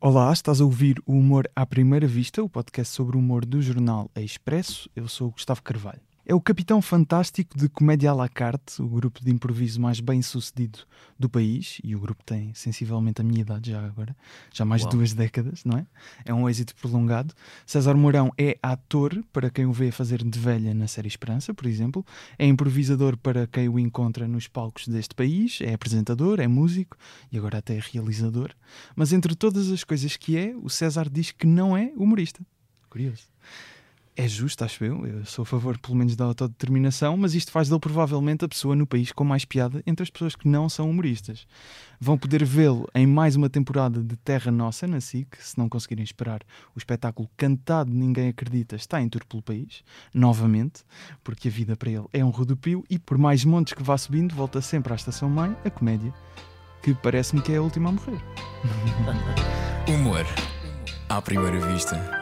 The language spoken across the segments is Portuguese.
Olá, estás a ouvir o Humor à Primeira Vista, o podcast sobre o humor do jornal Expresso. Eu sou o Gustavo Carvalho. É o capitão fantástico de Comédia à la carte, o grupo de improviso mais bem-sucedido do país, e o grupo tem sensivelmente a minha idade já agora, já mais de 2 décadas, não é? É um êxito prolongado. César Mourão é ator, para quem o vê fazer de velha na série Esperança, por exemplo. É improvisador para quem o encontra nos palcos deste país. É apresentador, é músico e agora até é realizador. Mas entre todas as coisas que é, o César diz que não é humorista. Curioso. É justo, acho eu sou a favor pelo menos da autodeterminação, mas isto faz dele provavelmente a pessoa no país com mais piada entre as pessoas que não são humoristas. Vão poder vê-lo em mais uma temporada de Terra Nossa, na SIC, se não conseguirem esperar. O espetáculo Cantado Ninguém Acredita está em tour pelo país, novamente, porque a vida para ele é um rodopio e por mais montes que vá subindo, volta sempre à Estação-Mãe, a comédia, que parece-me que é a última a morrer. Humor à primeira vista.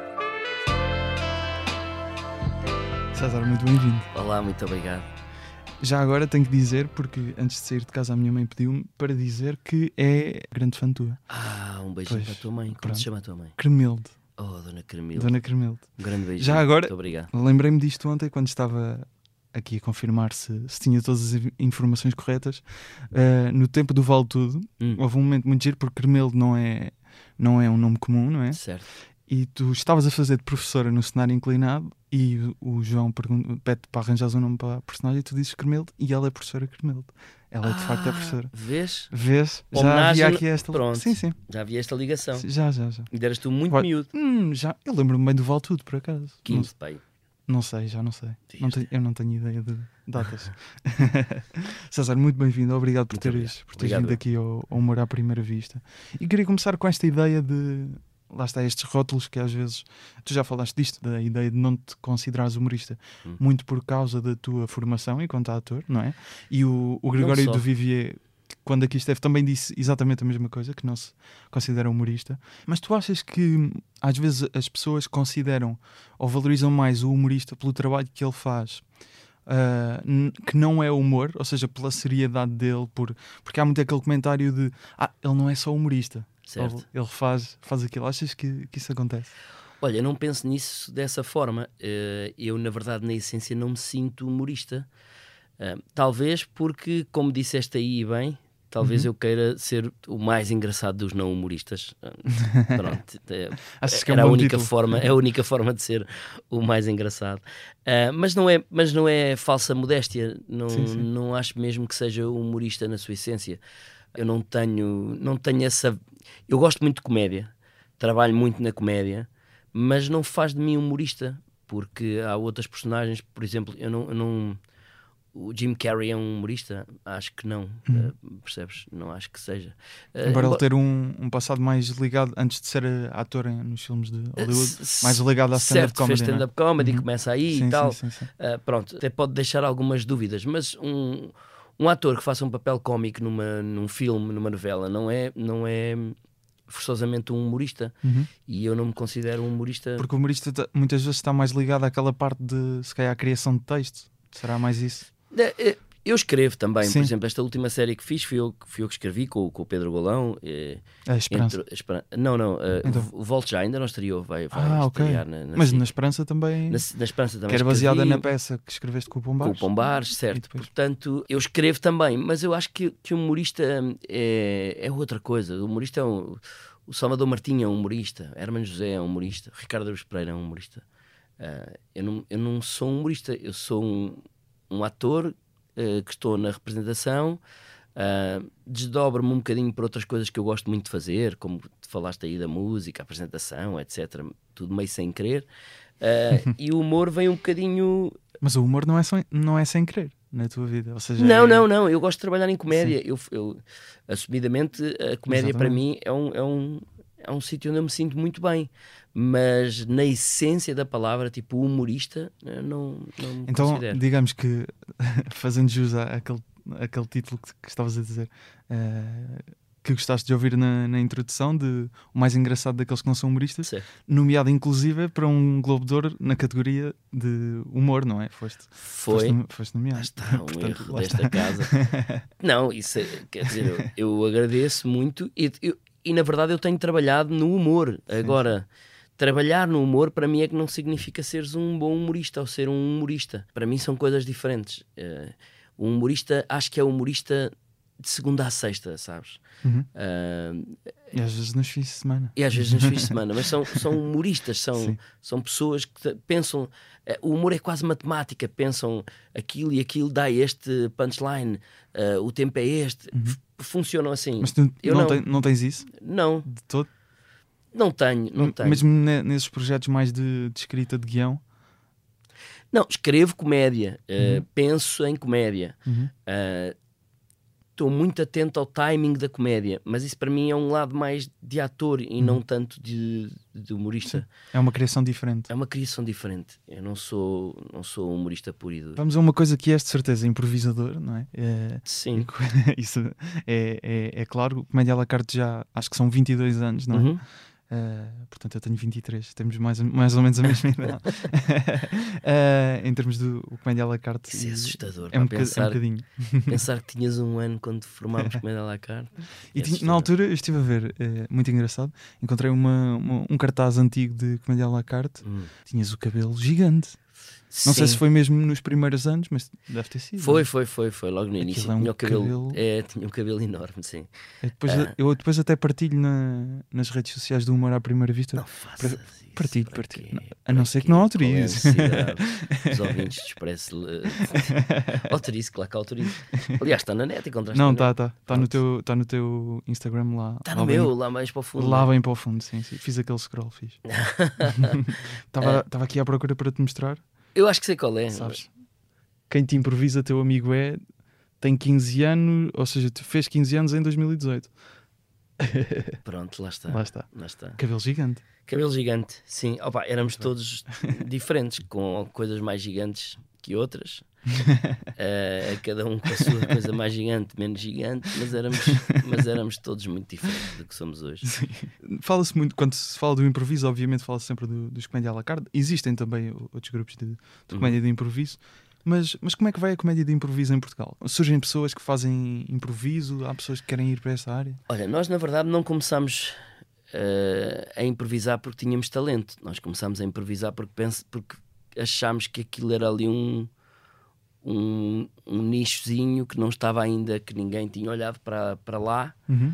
César, muito bem-vindo. Olá, muito obrigado. Já agora tenho que dizer, porque antes de sair de casa a minha mãe pediu-me para dizer que é grande fã tua. Um beijinho para a tua mãe. Como se chama a tua mãe? Cremilde. Oh, Dona Cremilde. Dona Cremilde. Um grande beijinho. Já agora, muito obrigado. Lembrei-me disto ontem quando estava aqui a confirmar se tinha todas as informações corretas. No tempo do Vale Tudo, houve um momento muito giro, porque Cremilde não é um nome comum, não é? Certo. E tu estavas a fazer de professora no cenário inclinado e o João pede para arranjares um nome para a personagem e tu dizes Cremilde e ela é professora Cremilde. Ela de facto é professora. Vês? Já Homenagem havia aqui esta... Pronto. Sim. Já havia esta ligação. Já. E eras tu muito miúdo. Já. Eu lembro-me bem do Vale Tudo, por acaso. 15, pai. Não sei. Eu não tenho ideia de datas. César, muito bem-vindo. Obrigado por teres vindo aqui ao Humor à Primeira Vista. E queria começar com esta ideia de... Lá está, estes rótulos que às vezes... Tu já falaste disto, da ideia de não te considerares humorista, muito por causa da tua formação enquanto ator, não é? E o Gregório do Vivier, quando aqui esteve, também disse exatamente a mesma coisa, que não se considera humorista. Mas tu achas que às vezes as pessoas consideram ou valorizam mais o humorista pelo trabalho que ele faz, que não é humor, ou seja, pela seriedade dele, porque há muito aquele comentário de ele não é só humorista. Certo. Ele faz aquilo. Achas que isso acontece? Olha, eu não penso nisso dessa forma. Eu, na verdade, na essência, não me sinto humorista. Talvez porque, como disseste aí bem, talvez eu queira ser o mais engraçado dos não humoristas. Pronto. Era a única forma de ser o mais engraçado. Mas não é falsa modéstia. Não acho mesmo que seja humorista na sua essência. Eu não tenho essa... Eu gosto muito de comédia, trabalho muito na comédia, mas não faz de mim humorista, porque há outras personagens, por exemplo, o Jim Carrey é um humorista? Acho que não, percebes? Não acho que seja. Embora ele ter um passado mais ligado, antes de ser ator nos filmes de Hollywood, mais ligado à stand-up comedy. Fez stand-up comedy, começa aí e tal. Sim. Pronto, até pode deixar algumas dúvidas, mas um ator que faça um papel cómico num filme, numa novela, não é forçosamente um humorista. E eu não me considero um humorista. Porque o humorista muitas vezes está mais ligado àquela parte de, se calhar, a criação de texto. Será mais isso? Eu escrevo também. Por exemplo, esta última série que fiz fui eu que escrevi com o Pedro Golão. A Esperança? Então. O Volte Já ainda não estreou. Vai estrear Mas na Esperança também. Na Esperança também. Que era baseada na peça que escreveste com o Pombares. Com o Pombares, certo. Portanto, eu escrevo também, mas eu acho que o humorista é outra coisa. O humorista é o Salvador Martinha é um humorista, Hermano José é um humorista, Ricardo Araújo Pereira é um humorista. Eu não sou um humorista, eu sou um ator que estou na representação, desdobro-me um bocadinho para outras coisas que eu gosto muito de fazer, como falaste aí da música, a apresentação, etc. Tudo meio sem querer. E o humor vem um bocadinho... Mas o humor não é sem querer na tua vida? Ou seja, não. Eu gosto de trabalhar em comédia. Eu assumidamente, a comédia para mim é um sítio onde eu me sinto muito bem. Mas na essência da palavra, tipo humorista, não me então, considero. Digamos que, fazendo jus àquele título que estavas a dizer, que gostaste de ouvir na introdução, de o mais engraçado daqueles que não são humoristas, certo, nomeado inclusive para um Globo de Ouro na categoria de humor, não é? Foste nomeado. Está portanto, erro desta casa. Não, isso quer dizer, eu agradeço muito. E na verdade eu tenho trabalhado no humor. Agora, trabalhar no humor para mim é que não significa seres um bom humorista ou ser um humorista. Para mim são coisas diferentes. O humorista, acho que é humorista de segunda a sexta, sabes? E às vezes nos fins de semana. E às vezes nos fins de semana, mas são humoristas, são pessoas que pensam. O humor é quase matemática, pensam aquilo e aquilo dá este punchline, o tempo é este, funcionam assim. Mas tu Eu não tens isso? Não, De todo? não tenho. Mesmo nesses projetos mais de escrita de guião? Não, escrevo comédia, penso em comédia. Estou muito atento ao timing da comédia, mas isso para mim é um lado mais de ator e não tanto de humorista. Sim. É uma criação diferente. É uma criação diferente. Eu não sou humorista puro e duro. Vamos a uma coisa que és de certeza improvisador, não é? Sim. Isso é claro. Comédia à la carte já acho que são 22 anos, não é? Portanto, eu tenho 23, temos mais ou menos a mesma idade. Em termos do Comédia à la carte, isso é assustador. É um bocadinho. Pensar que tinhas um ano quando formámos Comédia à la carte. Na altura eu estive a ver, muito engraçado, encontrei um cartaz antigo de Comédia à la carte. Tinhas o cabelo gigante. Não sei se foi mesmo nos primeiros anos, mas deve ter sido. Foi logo no início. Tinha um cabelo enorme, sim. Eu depois até partilho nas redes sociais do Humor à Primeira Vista. Não faças isso. Partilho. A não ser que não autorize. Os ouvintes de Expresso autorize, claro que autorize. Aliás, está na net, encontraste. Não, está no teu Instagram lá. Está no meu, lá mais para o fundo. Lá bem para o fundo, sim. Fiz aquele scroll, fiz. Estava aqui à procura para te mostrar. Eu acho que sei qual é. Sabes? Quem te improvisa, teu amigo tem 15 anos, ou seja, tu fez 15 anos em 2018. Pronto, lá está. Cabelo gigante. Cabelo gigante, sim. Opa, éramos todos diferentes, com coisas mais gigantes que outras. Cada um com a sua coisa mais gigante, menos gigante, mas éramos todos muito diferentes do que somos hoje. Sim. Fala-se muito, quando se fala do improviso, obviamente fala-se sempre dos comédia à la carte. Existem também outros grupos de comédia de improviso. Mas como é que vai a comédia de improviso em Portugal? Surgem pessoas que fazem improviso? Há pessoas que querem ir para essa área? Olha, nós na verdade não começámos a improvisar porque tínhamos talento. Nós começámos a improvisar porque achámos que aquilo era ali um nichozinho que não estava ainda, que ninguém tinha olhado para lá.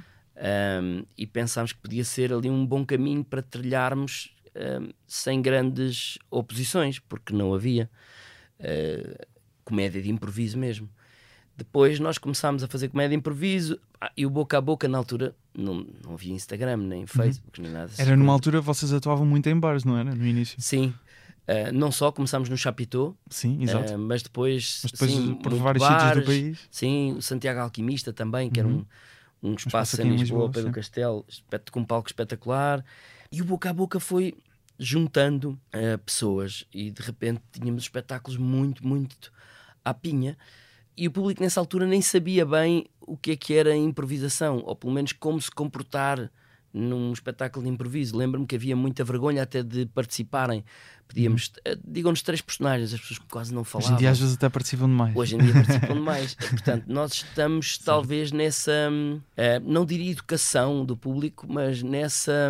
E pensámos que podia ser ali um bom caminho para trilharmos sem grandes oposições, porque não havia comédia de improviso mesmo. Depois nós começámos a fazer comédia de improviso e o boca a boca na altura não havia Instagram, nem Facebook, nem nada. Era numa altura vocês atuavam muito em bares, não era? No início? Sim. Não só começámos no Chapitão, sim, exato. mas depois sim, por vários sítios do país. Sim, o Santiago Alquimista também, que era um espaço em Lisboa, Pedro Castelo, com um palco espetacular. E o boca a boca foi juntando pessoas e de repente tínhamos espetáculos muito, muito à pinha. E o público nessa altura nem sabia bem o que era improvisação, ou pelo menos como se comportar num espetáculo de improviso. Lembro-me que havia muita vergonha até de participarem. Pedíamos, digam-nos 3 personagens, as pessoas quase não falavam. Hoje em dia às vezes até participam demais. Hoje em dia participam demais. Portanto, nós estamos talvez nessa, não diria educação do público, mas nessa...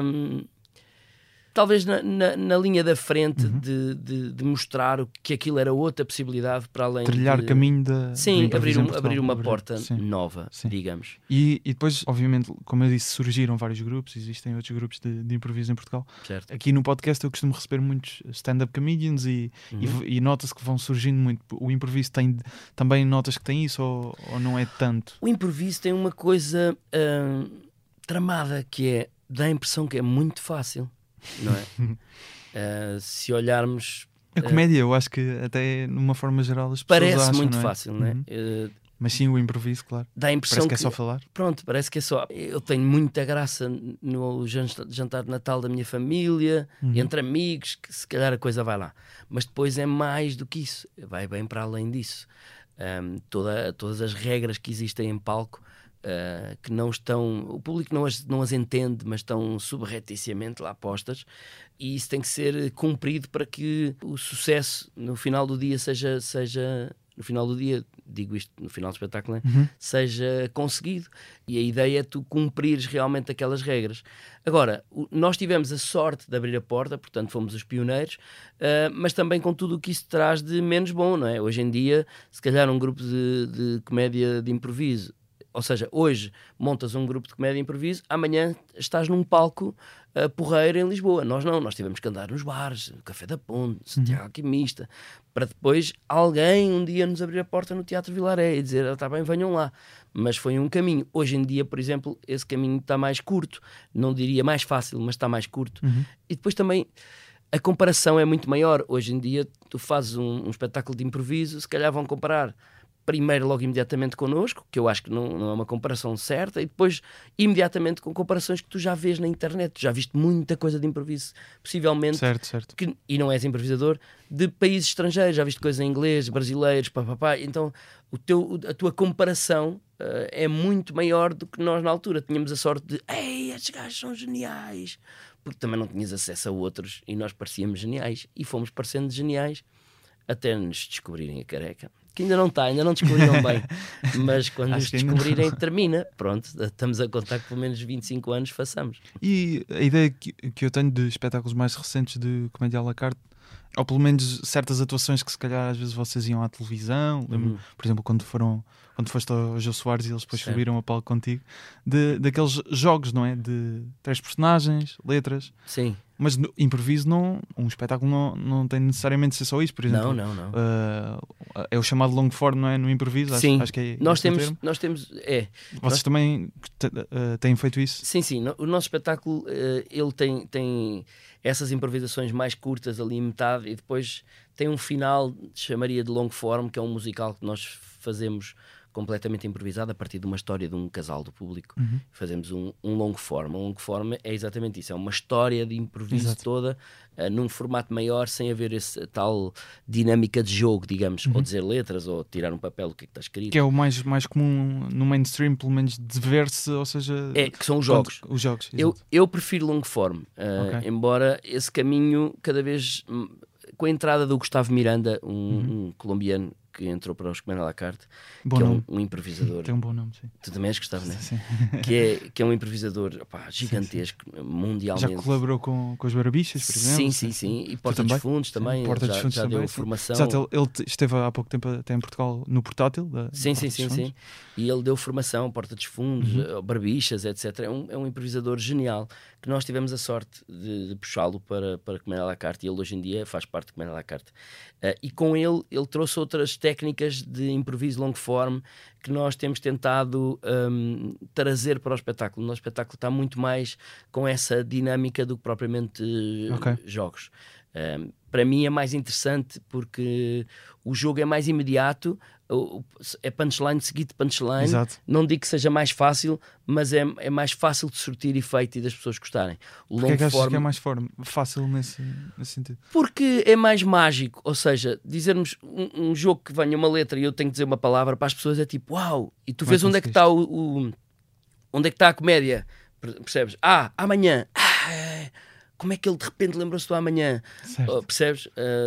talvez na linha da frente de mostrar que aquilo era outra possibilidade para além trilhar caminho da... Sim, abrir uma porta nova, digamos. E depois, obviamente, como eu disse, surgiram vários grupos, existem outros grupos de improviso em Portugal. Certo. Aqui no podcast eu costumo receber muitos stand-up comedians e nota-se que vão surgindo muito. O improviso tem também notas que tem isso ou não é tanto? O improviso tem uma coisa tramada que dá a impressão que é muito fácil. Não é? Se olharmos a comédia, eu acho que até numa forma geral as pessoas parece acham, muito não é? fácil, não é? Mas sim, o improviso, claro, dá a impressão parece que é só falar. Pronto, parece que é só. Eu tenho muita graça no jantar de Natal da minha família, entre amigos, que se calhar a coisa vai lá, mas depois é mais do que isso, vai bem para além disso. Todas as regras que existem em palco, que não estão, o público não as entende, mas estão subrepticiamente lá postas, e isso tem que ser cumprido para que o sucesso no final do dia seja no final do dia, digo isto no final do espetáculo, seja conseguido. E a ideia é tu cumprires realmente aquelas regras. Agora, nós tivemos a sorte de abrir a porta, portanto fomos os pioneiros, mas também com tudo o que isso traz de menos bom, não é? Hoje em dia, se calhar um grupo de comédia de improviso, ou seja, hoje montas um grupo de comédia de improviso, amanhã estás num palco porreiro em Lisboa. Nós não, nós tivemos que andar nos bares, no Café da Ponte, Santiago Alquimista, para depois alguém um dia nos abrir a porta no Teatro Vilaré e dizer, está bem, venham lá. Mas foi um caminho. Hoje em dia, por exemplo, esse caminho está mais curto. Não diria mais fácil, mas está mais curto. E depois também a comparação é muito maior. Hoje em dia, tu fazes um espetáculo de improviso, se calhar vão comparar primeiro logo imediatamente connosco, que eu acho que não é uma comparação certa, e depois imediatamente com comparações que tu já vês na internet. Tu já viste muita coisa de improviso, possivelmente, certo. E não és improvisador, de países estrangeiros, já viste coisas em inglês, brasileiros, papapá. Então a tua comparação é muito maior do que nós na altura. Tínhamos a sorte de, ei, estes gajos são geniais, porque também não tinhas acesso a outros e nós parecíamos geniais, e fomos parecendo geniais até nos descobrirem a careca. Que ainda não descobriram bem, mas quando nos descobrirem termina, pronto, estamos a contar que pelo menos 25 anos façamos. E a ideia que eu tenho de espetáculos mais recentes de comédia à la carte, ou pelo menos certas atuações que se calhar às vezes vocês iam à televisão, lembro, por exemplo, quando foste ao Jô Soares e eles depois subiram a palco contigo, daqueles jogos, não é? De 3 personagens, letras. Sim. Mas no improviso, um espetáculo não tem necessariamente de ser só isso, por exemplo. Não. É o chamado long form, não é? No improviso, sim. Acho que é nós temos. Vocês também têm feito isso? Sim. O nosso espetáculo ele tem essas improvisações mais curtas ali em metade e depois tem um final, chamaria de long form, que é um musical que nós fazemos completamente improvisado a partir de uma história de um casal do público. Fazemos um long form. Um long form é exatamente isso, é uma história de improviso toda num formato maior, sem haver essa tal dinâmica de jogo, digamos, ou dizer letras, ou tirar um papel do que está escrito. Que é o mais comum no mainstream, pelo menos de ver-se, ou seja... que são os jogos. Os jogos, eu prefiro long form, embora esse caminho cada vez... Com a entrada do Gustavo Miranda, um colombiano que entrou para os Comédia à la carte, bom que nome. É um improvisador. Tem um bom nome, sim. Tu também és Gustavo, não é? Sim. Que é um improvisador gigantesco, mundialmente. Já colaborou com os Barabichas, por exemplo? Sim. E Porta dos Fundos também. Porta dos Fundos já também, deu formação. Exato, ele esteve há pouco tempo até em Portugal no Portátil. Sim. E ele deu formação, Porta dos Fundos, Barabichas, etc. É um improvisador genial, que nós tivemos a sorte de puxá-lo para Comédia à la carte, e ele hoje em dia faz parte de Comédia à la carte. E com ele trouxe outras técnicas de improviso long form que nós temos tentado trazer para o espetáculo. O nosso espetáculo está muito mais com essa dinâmica do que propriamente jogos. Para mim é mais interessante porque o jogo é mais imediato, é punchline seguido de punchline. Exato. Não digo que seja mais fácil, mas é mais fácil de sortir efeito e das pessoas gostarem. Porquê é que achas que é mais fácil nesse sentido? Porque é mais mágico, ou seja, dizermos um jogo que venha uma letra e eu tenho que dizer uma palavra para as pessoas é tipo, uau, e tu vês onde é que está onde é que está a comédia, percebes? Amanhã, como é que ele de repente lembrou-se do amanhã? Percebes?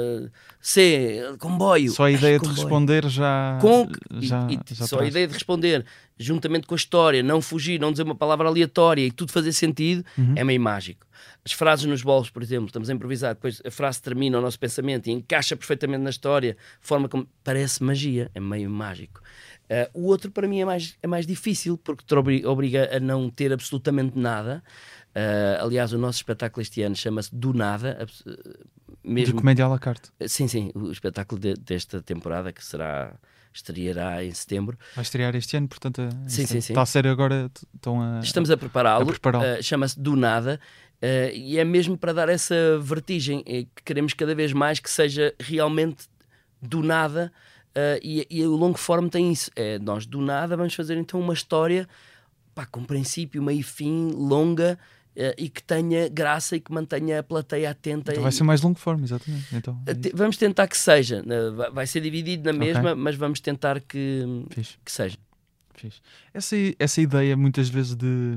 Comboio. Só a ideia de responder já só a ideia de responder, juntamente com a história, não fugir, não dizer uma palavra aleatória e tudo fazer sentido, é meio mágico. As frases nos bolos, por exemplo, estamos a improvisar, depois a frase termina o nosso pensamento e encaixa perfeitamente na história, de forma como parece magia, é meio mágico. O outro para mim é mais difícil, porque te obriga a não ter absolutamente nada. Aliás, o nosso espetáculo este ano chama-se Do Nada, mesmo... De Comédia à la carte. Sim, o espetáculo desta temporada, que estreará em setembro. Vai estrear este ano, portanto sim. Está a ser agora, estamos a prepará-lo. Chama-se Do Nada, e é mesmo para dar essa vertigem, que queremos cada vez mais que seja realmente do nada, e o long form tem isso, nós do nada vamos fazer então uma história com princípio, meio e fim, longa, e que tenha graça e que mantenha a plateia atenta. Então vai ser mais long form, exatamente. Então, vamos tentar que seja. Vai ser dividido na mesma, mas vamos tentar que seja. Fixe. Essa ideia muitas vezes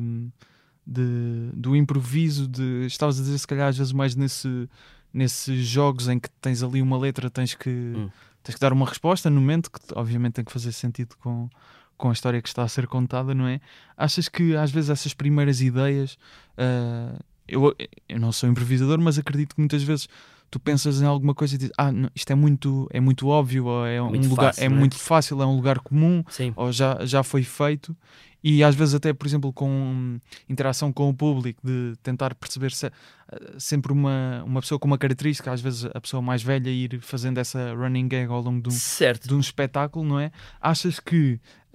do improviso, estavas a dizer se calhar às vezes mais nesses jogos em que tens ali uma letra, tens que tens que dar uma resposta no momento que obviamente tem que fazer sentido com a história que está a ser contada, não é? Achas que às vezes essas primeiras ideias, eu não sou improvisador, mas acredito que muitas vezes tu pensas em alguma coisa e dizes, não, isto é muito óbvio, ou é muito um lugar, fácil, é não é? muito fácil, é um lugar comum, Sim. ou já foi feito. E às vezes até, por exemplo, com interação com o público, de tentar perceber sempre uma pessoa com uma característica, às vezes a pessoa mais velha ir fazendo essa running gag ao longo de um espetáculo, não é? Achas que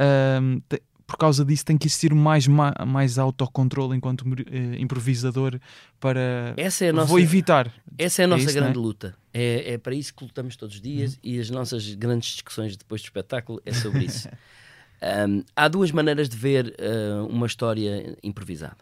por causa disso tem que existir mais autocontrole enquanto improvisador para... Vou evitar. Essa é a nossa isso, grande não é? luta. É para isso que lutamos todos os dias e as nossas grandes discussões depois do espetáculo é sobre isso. Há duas maneiras de ver uma história improvisada.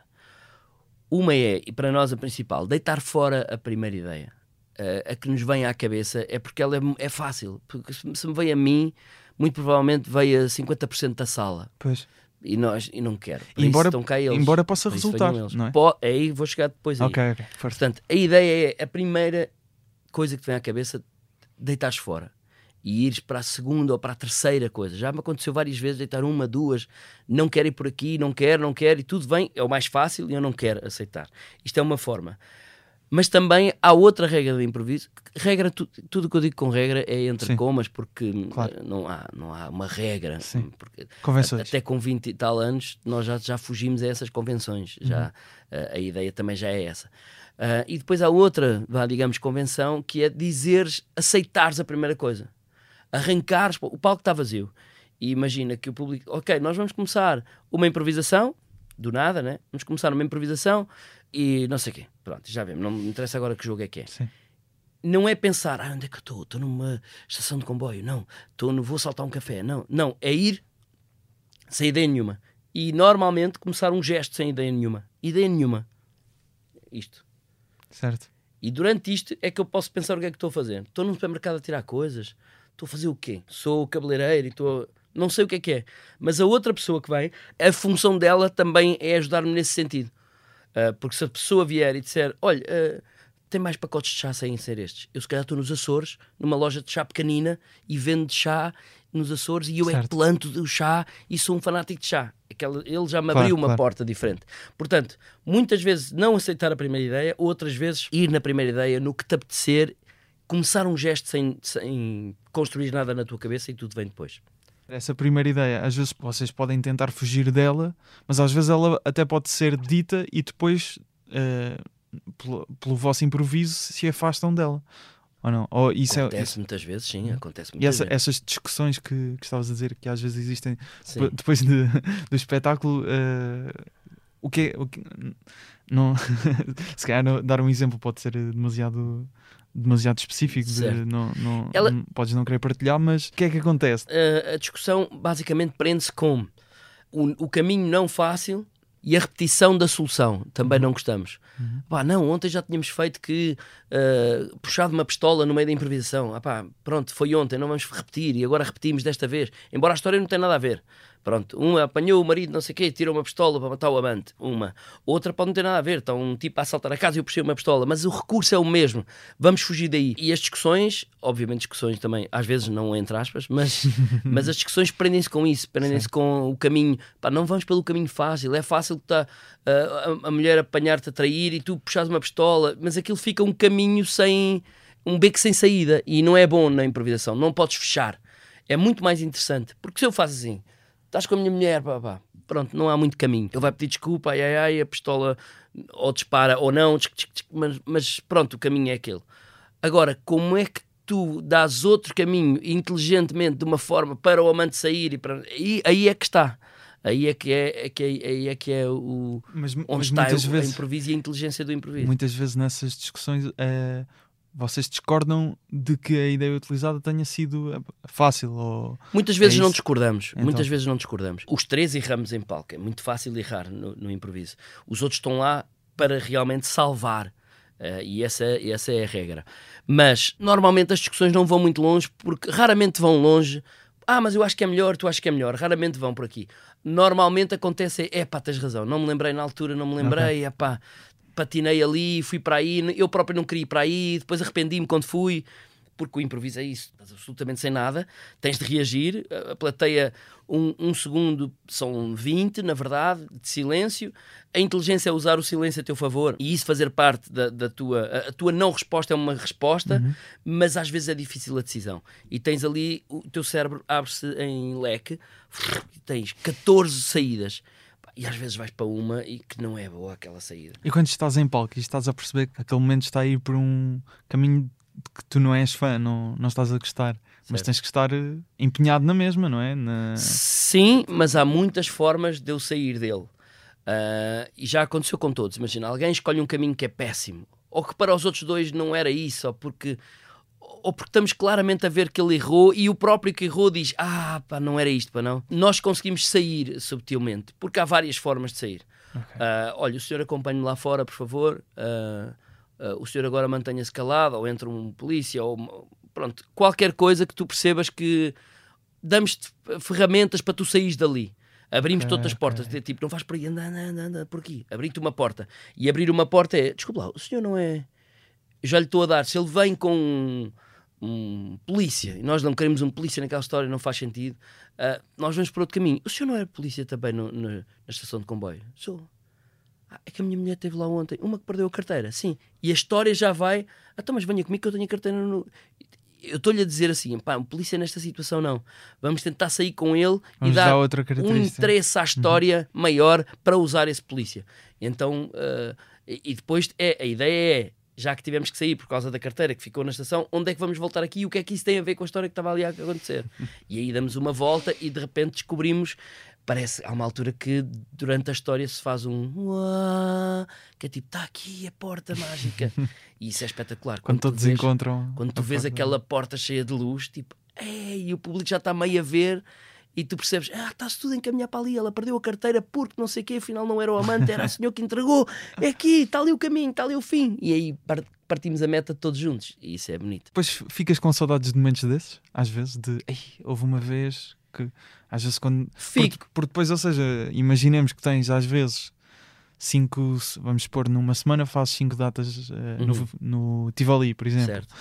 Uma é, e para nós a principal, deitar fora a primeira ideia. A que nos vem à cabeça é porque ela é fácil. Porque se me veio a mim, muito provavelmente veio a 50% da sala. Pois. E não quero. Embora possa resultar, não é? Aí vou chegar depois aí. Ok. Portanto, a ideia é a primeira coisa que te vem à cabeça, deitares fora. E ires para a segunda ou para a terceira coisa. Já me aconteceu várias vezes deitar uma, duas, não quero ir por aqui, não quero, e tudo bem, é o mais fácil e eu não quero aceitar. Isto é uma forma. Mas também há outra regra de improviso. Regra, tudo o que eu digo com regra é entre Sim. comas, porque Claro. não há uma regra. Sim. Porque Convenções. até com 20 e tal anos nós já fugimos a essas convenções. Já, a ideia também já é essa. E depois há outra, digamos, convenção, que é aceitares a primeira coisa. Arrancares, o palco está vazio. E imagina que o público... Ok, nós vamos começar uma improvisação, do nada, né? Vamos começar uma improvisação e não sei o quê. Pronto, já vemos. Não me interessa agora que jogo é que é. Sim. Não é pensar, onde é que eu estou? Estou numa estação de comboio. Não. Vou saltar um café. Não. É ir sem ideia nenhuma. E normalmente começar um gesto sem ideia nenhuma. Ideia nenhuma. Isto. Certo. E durante isto é que eu posso pensar o que é que estou a fazer. Estou num supermercado a tirar coisas. Estou a fazer o quê? Sou cabeleireiro e estou... Não sei o que é. Mas a outra pessoa que vem, a função dela também é ajudar-me nesse sentido. Porque se a pessoa vier e disser, olha, tem mais pacotes de chá sem ser estes. Eu se calhar estou nos Açores, numa loja de chá pequenina, e vendo chá nos Açores, e eu é que planto o chá e sou um fanático de chá. Ele já me abriu uma porta diferente. Portanto, muitas vezes não aceitar a primeira ideia, outras vezes ir na primeira ideia, no que te apetecer, começar um gesto sem construir nada na tua cabeça e tudo vem depois. Essa primeira ideia, às vezes vocês podem tentar fugir dela, mas às vezes ela até pode ser dita e depois, pelo vosso improviso, se afastam dela. Ou não? Ou isso acontece muitas vezes, sim. Acontece muitas vezes. Essas discussões que estavas a dizer, que às vezes existem Sim. depois do espetáculo, o que não, se calhar dar um exemplo pode ser demasiado específico, podes não querer partilhar, mas o que é que acontece? A discussão basicamente prende-se com o caminho não fácil e a repetição da solução. Também não gostamos. Não, ontem já tínhamos feito que puxado uma pistola no meio da improvisação. Pronto, foi ontem, não vamos repetir e agora repetimos desta vez, embora a história não tenha nada a ver. Pronto, uma apanhou o marido, não sei o quê, tirou uma pistola para matar o amante. Outra pode não ter nada a ver. Está um tipo a assaltar a casa e eu puxei uma pistola. Mas o recurso é o mesmo. Vamos fugir daí. E as discussões, obviamente discussões também, às vezes não entre aspas, mas as discussões prendem-se com isso. Prendem-se com o caminho. Não vamos pelo caminho fácil. É fácil que está a mulher apanhar-te a trair e tu puxares uma pistola. Mas aquilo fica um caminho um beco sem saída. E não é bom na improvisação. Não podes fechar. É muito mais interessante. Porque se eu faço assim... Estás com a minha mulher, pronto, não há muito caminho. Ele vai pedir desculpa, a pistola ou dispara ou não, mas pronto, o caminho é aquele. Agora, como é que tu dás outro caminho inteligentemente de uma forma para o amante sair? Aí é que está. Aí é que é o onde está o improviso e a inteligência do improviso. Muitas vezes nessas discussões vocês discordam de que a ideia utilizada tenha sido fácil? Ou muitas vezes não discordamos. Então... Muitas vezes não discordamos. Os três erramos em palco. É muito fácil errar no improviso. Os outros estão lá para realmente salvar. E essa é a regra. Mas normalmente as discussões não vão muito longe, porque raramente vão longe. Mas eu acho que é melhor, tu achas que é melhor. Raramente vão por aqui. Normalmente acontece tens razão. Não me lembrei na altura, patinei ali, fui para aí, eu próprio não queria ir para aí, depois arrependi-me quando fui. porque o improviso é isso, estás absolutamente sem nada, tens de reagir, a plateia um segundo são 20, na verdade, de silêncio, a inteligência é usar o silêncio a teu favor e isso fazer parte da tua... A tua não resposta é uma resposta, mas às vezes é difícil a decisão. E tens ali, o teu cérebro abre-se em leque, e tens 14 saídas. E às vezes vais para uma e que não é boa aquela saída. E quando estás em palco e estás a perceber que aquele momento está a ir por um caminho de que tu não és fã, não estás a gostar, mas tens que estar empenhado na mesma, não é? Sim, mas há muitas formas de eu sair dele. E já aconteceu com todos. Imagina, alguém escolhe um caminho que é péssimo, ou que para os outros dois não era isso, ou porque estamos claramente a ver que ele errou e o próprio que errou diz, pá, não era isto, pá, não. Nós conseguimos sair subtilmente, porque há várias formas de sair. Okay. Olha, o senhor acompanhe-me lá fora, por favor. O senhor agora mantenha-se calado, ou entra um polícia, ou pronto, qualquer coisa que tu percebas que damos-te ferramentas para tu saís dali. Abrimos todas as portas, tipo, não vais por aí, anda por aqui. Abrir-te uma porta. E abrir uma porta é, desculpa lá, o senhor não é... Eu já lhe estou a dar, se ele vem com um polícia, e nós não queremos um polícia naquela história, não faz sentido, nós vamos por outro caminho. O senhor não é polícia também na estação de comboio? Sou. É que a minha mulher esteve lá ontem, uma que perdeu a carteira, sim. E a história já vai, então mas venha comigo que eu tenho a carteira no... Eu estou-lhe a dizer assim, pá, um polícia nesta situação não. Vamos tentar sair com ele e dar um interesse à história maior para usar esse polícia. Então, e depois a ideia é, já que tivemos que sair por causa da carteira que ficou na estação, onde é que vamos voltar aqui e o que é que isso tem a ver com a história que estava ali a acontecer? E aí damos uma volta e de repente descobrimos, há uma altura que durante a história se faz que é tipo, está aqui a porta mágica. E isso é espetacular. Quando todos encontram. Quando tu vês aquela porta cheia de luz, tipo, e o público já está meio a ver. E tu percebes, está-se tudo a encaminhar para ali, ela perdeu a carteira porque não sei o quê, afinal não era o amante, era o senhor que entregou, é aqui, está ali o caminho, está ali o fim. E aí partimos a meta todos juntos, e isso é bonito. Depois ficas com saudades de momentos desses, às vezes, houve uma vez que, às vezes quando... Fico. Porque depois, ou seja, imaginemos que tens às vezes 5, vamos supor, numa semana fazes 5 datas no Tivoli, por exemplo. Certo.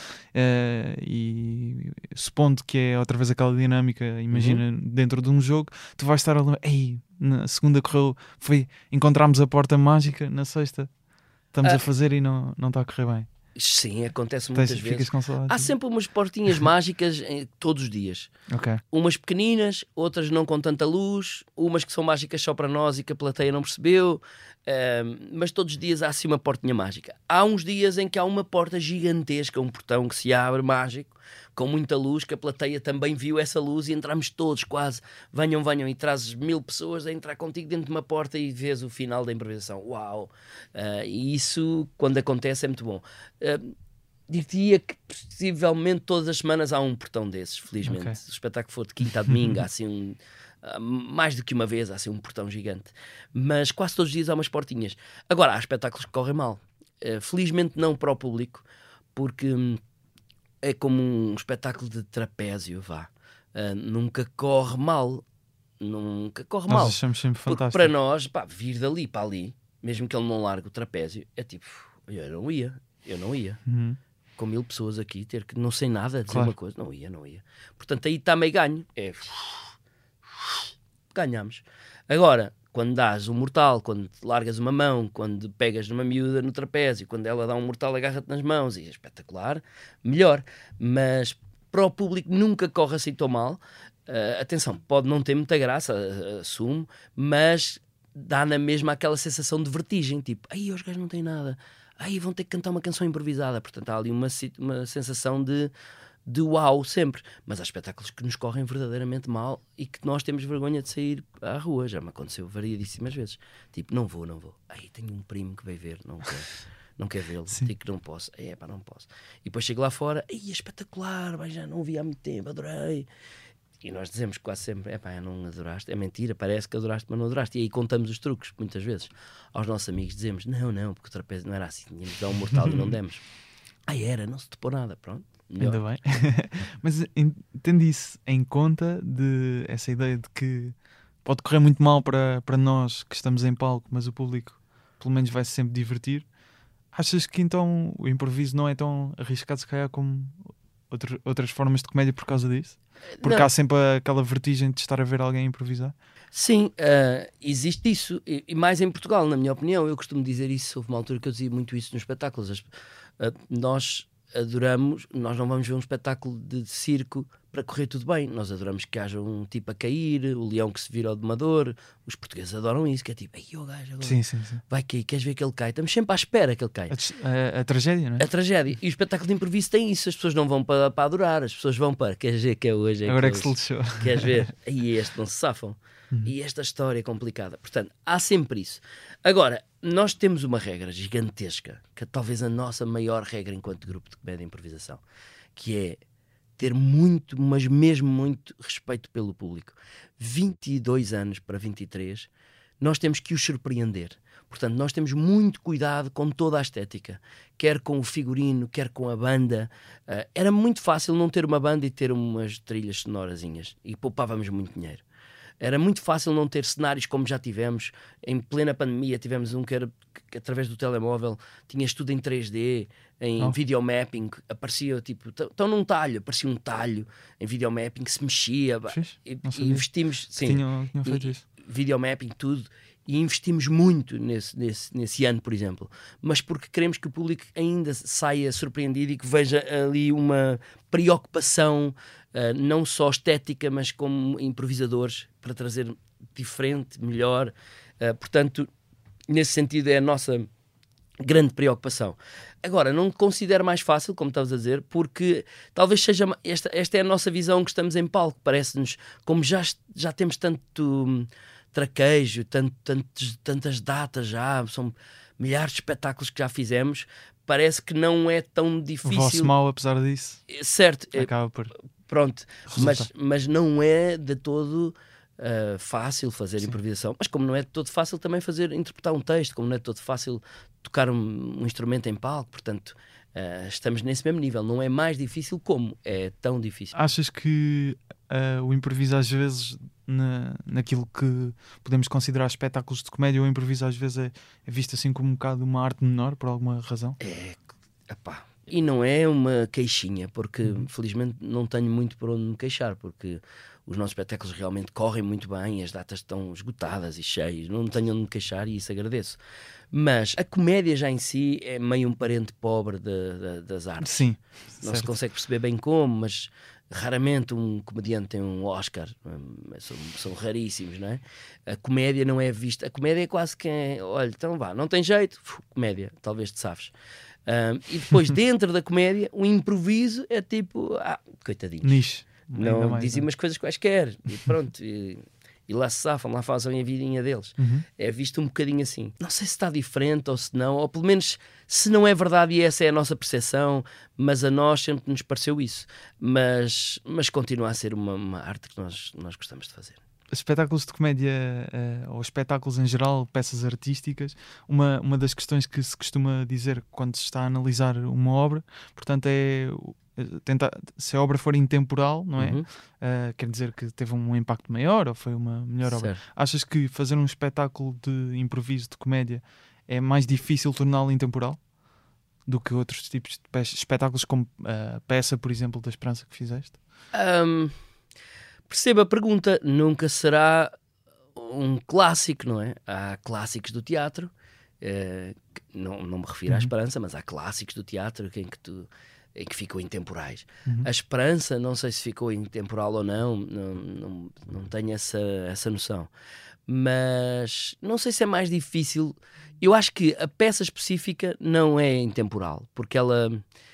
E supondo que é outra vez aquela dinâmica, imagina, dentro de um jogo, tu vais estar a lembrar, na segunda correu, encontramos a porta mágica, na sexta estamos a fazer e não está a correr bem. Sim, acontece muitas vezes. Há sempre umas portinhas mágicas todos os dias. Okay. Umas pequeninas, outras não com tanta luz, umas que são mágicas só para nós e que a plateia não percebeu, mas todos os dias há assim uma portinha mágica. Há uns dias em que há uma porta gigantesca, um portão que se abre mágico, com muita luz, que a plateia também viu essa luz e entramos todos quase, venham, e trazes 1000 pessoas a entrar contigo dentro de uma porta e vês o final da improvisação. Uau! E isso, quando acontece, é muito bom. Diria que possivelmente todas as semanas há um portão desses, felizmente. Okay. Se o espetáculo for de quinta a domingo, há assim mais do que uma vez, há assim um portão gigante. Mas quase todos os dias há umas portinhas. Agora, há espetáculos que correm mal. Felizmente não para o público, porque é como um espetáculo de trapézio, nunca corre mal. Nunca corre mal. Nós achamos sempre porque fantástico. para nós, vir dali para ali, mesmo que ele não largue o trapézio, é tipo, eu não ia. Com 1000 pessoas aqui, ter que não sei nada a dizer uma coisa, não ia. Portanto, aí está meio ganho. Ganhamos. Agora, quando dás um mortal, quando largas uma mão, quando pegas numa miúda no trapézio, quando ela dá um mortal, agarra-te nas mãos, e é espetacular, melhor. Mas para o público nunca corre assim tão mal. Atenção, pode não ter muita graça, assumo, mas dá na mesma aquela sensação de vertigem, tipo, os gajos não têm nada, vão ter que cantar uma canção improvisada. Portanto, há ali uma sensação de uau sempre. Mas há espetáculos que nos correm verdadeiramente mal e que nós temos vergonha de sair à rua. Já me aconteceu variedíssimas vezes. Tipo, não vou. Tenho um primo que veio ver, não quer vê-lo. Digo que não posso. Não posso. E depois chego lá fora, é espetacular, já não o vi há muito tempo, adorei. E nós dizemos quase sempre, não adoraste. É mentira, parece que adoraste, mas não adoraste. E aí contamos os truques, muitas vezes. Aos nossos amigos dizemos, não, porque o trapézio não era assim. Tínhamos de dar um mortal e não demos. Não se topou nada, pronto. Melhor. Ainda bem. Mas tendo isso em conta, de essa ideia de que pode correr muito mal para nós que estamos em palco, mas o público pelo menos vai se sempre divertir, achas que então o improviso não é tão arriscado se calhar como outras formas de comédia por causa disso? Porque Não. há sempre aquela vertigem de estar a ver alguém improvisar? Sim, existe isso, e mais em Portugal, na minha opinião. Eu costumo dizer isso, houve uma altura que eu dizia muito isso nos espetáculos. Nós adoramos, nós não vamos ver um espetáculo de circo para correr tudo bem. Nós adoramos que haja um tipo a cair, o leão que se vira ao domador. Os portugueses adoram isso, que é tipo, ai, o gajo agora Sim. vai cair, queres ver que ele cai? Estamos sempre à espera que ele caia. A tragédia, não é? A tragédia. E o espetáculo de improviso tem isso. As pessoas não vão para adorar, as pessoas vão para, queres ver que é hoje? Agora é que se lixou. Queres ver? Aí este não se safam. E esta história é complicada. Portanto, há sempre isso. Agora, nós temos uma regra gigantesca, que é talvez a nossa maior regra enquanto grupo de comédia e improvisação, que é ter muito, mas mesmo muito respeito pelo público. 22 anos para 23, nós temos que os surpreender. Portanto, nós temos muito cuidado com toda a estética, quer com o figurino, quer com a banda. Era muito fácil não ter uma banda e ter umas trilhas sonorazinhas, e poupávamos muito dinheiro. Era muito fácil não ter cenários como já tivemos. Em plena pandemia tivemos um que era que, através do telemóvel, tinhas tudo em 3D, em videomapping, aparecia tipo, estão num talho, aparecia um talho em videomapping que se mexia. E investimos, sim, tinham feito isso. Videomapping, tudo. E investimos muito nesse ano, por exemplo. Mas porque queremos que o público ainda saia surpreendido e que veja ali uma preocupação, não só estética, mas como improvisadores, para trazer diferente, melhor. Portanto, nesse sentido é a nossa grande preocupação. Agora, não considero mais fácil, como estavas a dizer, porque talvez seja esta é a nossa visão que estamos em palco. Parece-nos, como já temos tanto traquejo, tantas datas já, são milhares de espetáculos que já fizemos, parece que não é tão difícil. O vosso mal, apesar disso, certo, acaba por... Pronto, mas não é de todo fácil fazer improvisação, mas como não é de todo fácil também interpretar um texto, como não é de todo fácil tocar um instrumento em palco, portanto estamos nesse mesmo nível. Não é mais difícil como é tão difícil. Achas que o improviso às vezes naquilo que podemos considerar espetáculos de comédia, o improviso às vezes é visto assim como um bocado uma arte menor por alguma razão? E não é uma queixinha, porque felizmente não tenho muito por onde me queixar, porque os nossos espetáculos realmente correm muito bem, as datas estão esgotadas e cheias, não tenho onde me queixar e isso agradeço. Mas a comédia já em si é meio um parente pobre das artes. Sim, não se consegue perceber bem como, mas raramente um comediante tem um Oscar, são raríssimos, não é? A comédia não é vista, a comédia é quase que olha, então vá, não tem jeito, comédia, talvez te safes. E depois dentro da comédia o improviso é tipo coitadinhos, niche, não dizem umas coisas quaisquer e pronto, e lá se safam, lá fazem a vidinha deles. É visto um bocadinho assim. Não sei se está diferente ou se não, ou pelo menos se não é verdade e essa é a nossa percepção, mas a nós sempre nos pareceu isso. Mas continua a ser uma arte que nós gostamos de fazer. Espetáculos de comédia ou espetáculos em geral, peças artísticas, uma das questões que se costuma dizer quando se está a analisar uma obra, portanto, é tentar, se a obra for intemporal, não é? Quer dizer que teve um impacto maior ou foi uma melhor obra. Achas que fazer um espetáculo de improviso de comédia é mais difícil torná-lo intemporal do que outros tipos de espetáculos, como a peça, por exemplo, da Esperança que fizeste? Perceba a pergunta, nunca será um clássico, não é? Há clássicos do teatro, não me refiro à Esperança, mas há clássicos do teatro em que ficam intemporais. A Esperança, não sei se ficou intemporal ou não tenho essa noção. Mas não sei se é mais difícil. Eu acho que a peça específica não é intemporal, porque ela...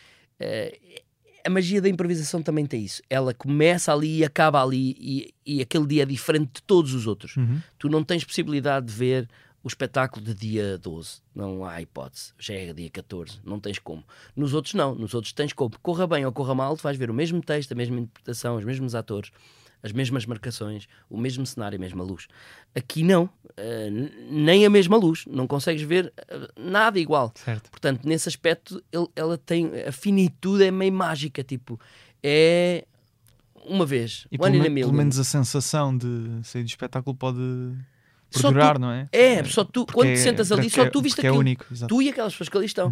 a magia da improvisação também tem isso. Ela começa ali e acaba ali, e aquele dia é diferente de todos os outros. Tu não tens possibilidade de ver o espetáculo de dia 12. Não há hipótese. Já é dia 14. Não tens como. Nos outros não. Nos outros tens como. Corra bem ou corra mal, tu vais ver o mesmo texto, a mesma interpretação, os mesmos atores, as mesmas marcações, o mesmo cenário, a mesma luz. Aqui não. Nem a mesma luz. Não consegues ver nada igual. Certo. Portanto, nesse aspecto, ela tem... A finitude é meio mágica. Tipo, é uma vez. E pelo menos a sensação de sair do espetáculo pode... Só durar, tu, não é? Só tu, quando te sentas ali, só tu viste aquilo. É único, tu e aquelas pessoas que ali estão.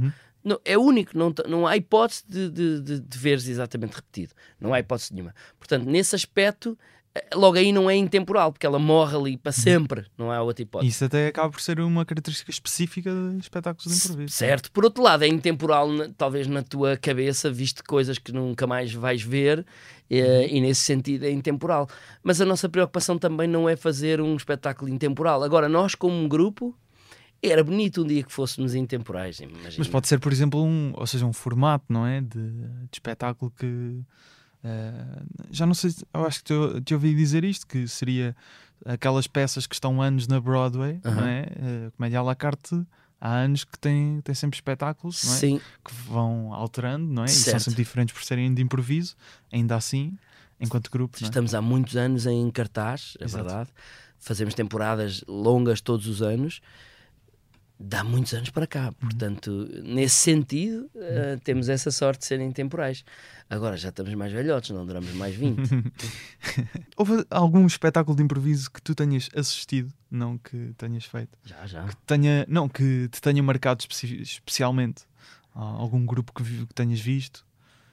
Não, é único, não há hipótese de veres exatamente repetido. Não há hipótese nenhuma. Portanto, nesse aspecto, logo aí não é intemporal, porque ela morre ali para sempre. Não há outra hipótese. Isso até acaba por ser uma característica específica de espetáculos de improviso. Certo. Por outro lado, é intemporal, talvez na tua cabeça, viste coisas que nunca mais vais ver, e nesse sentido é intemporal. Mas a nossa preocupação também não é fazer um espetáculo intemporal. Agora, nós como um grupo, era bonito um dia que fôssemos intemporais. Imagina. Mas pode ser, por exemplo, um formato, não é? De espetáculo que... já não sei, eu acho que te ouvi dizer isto, que seria aquelas peças que estão anos na Broadway, não é? Comédia à la carte, há anos que tem sempre espetáculos, não é? Sim. Que vão alterando, não é? E Certo. são sempre diferentes por serem de improviso, ainda assim, enquanto grupo. Não é? Estamos há muitos anos em cartaz, é Exato. verdade. Fazemos temporadas longas todos os anos. Dá muitos anos para cá, portanto, nesse sentido, temos essa sorte de serem temporais. Agora já estamos mais velhotes, não duramos mais 20. Houve algum espetáculo de improviso que tu tenhas assistido, não que tenhas feito? Já. Que te tenha marcado especialmente? Algum grupo que tenhas visto?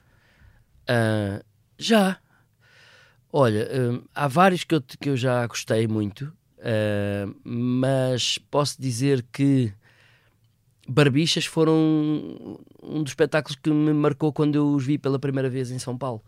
Já. Olha, há vários que eu já gostei muito. Mas posso dizer que Barbichas foram um dos espetáculos que me marcou quando eu os vi pela primeira vez em São Paulo.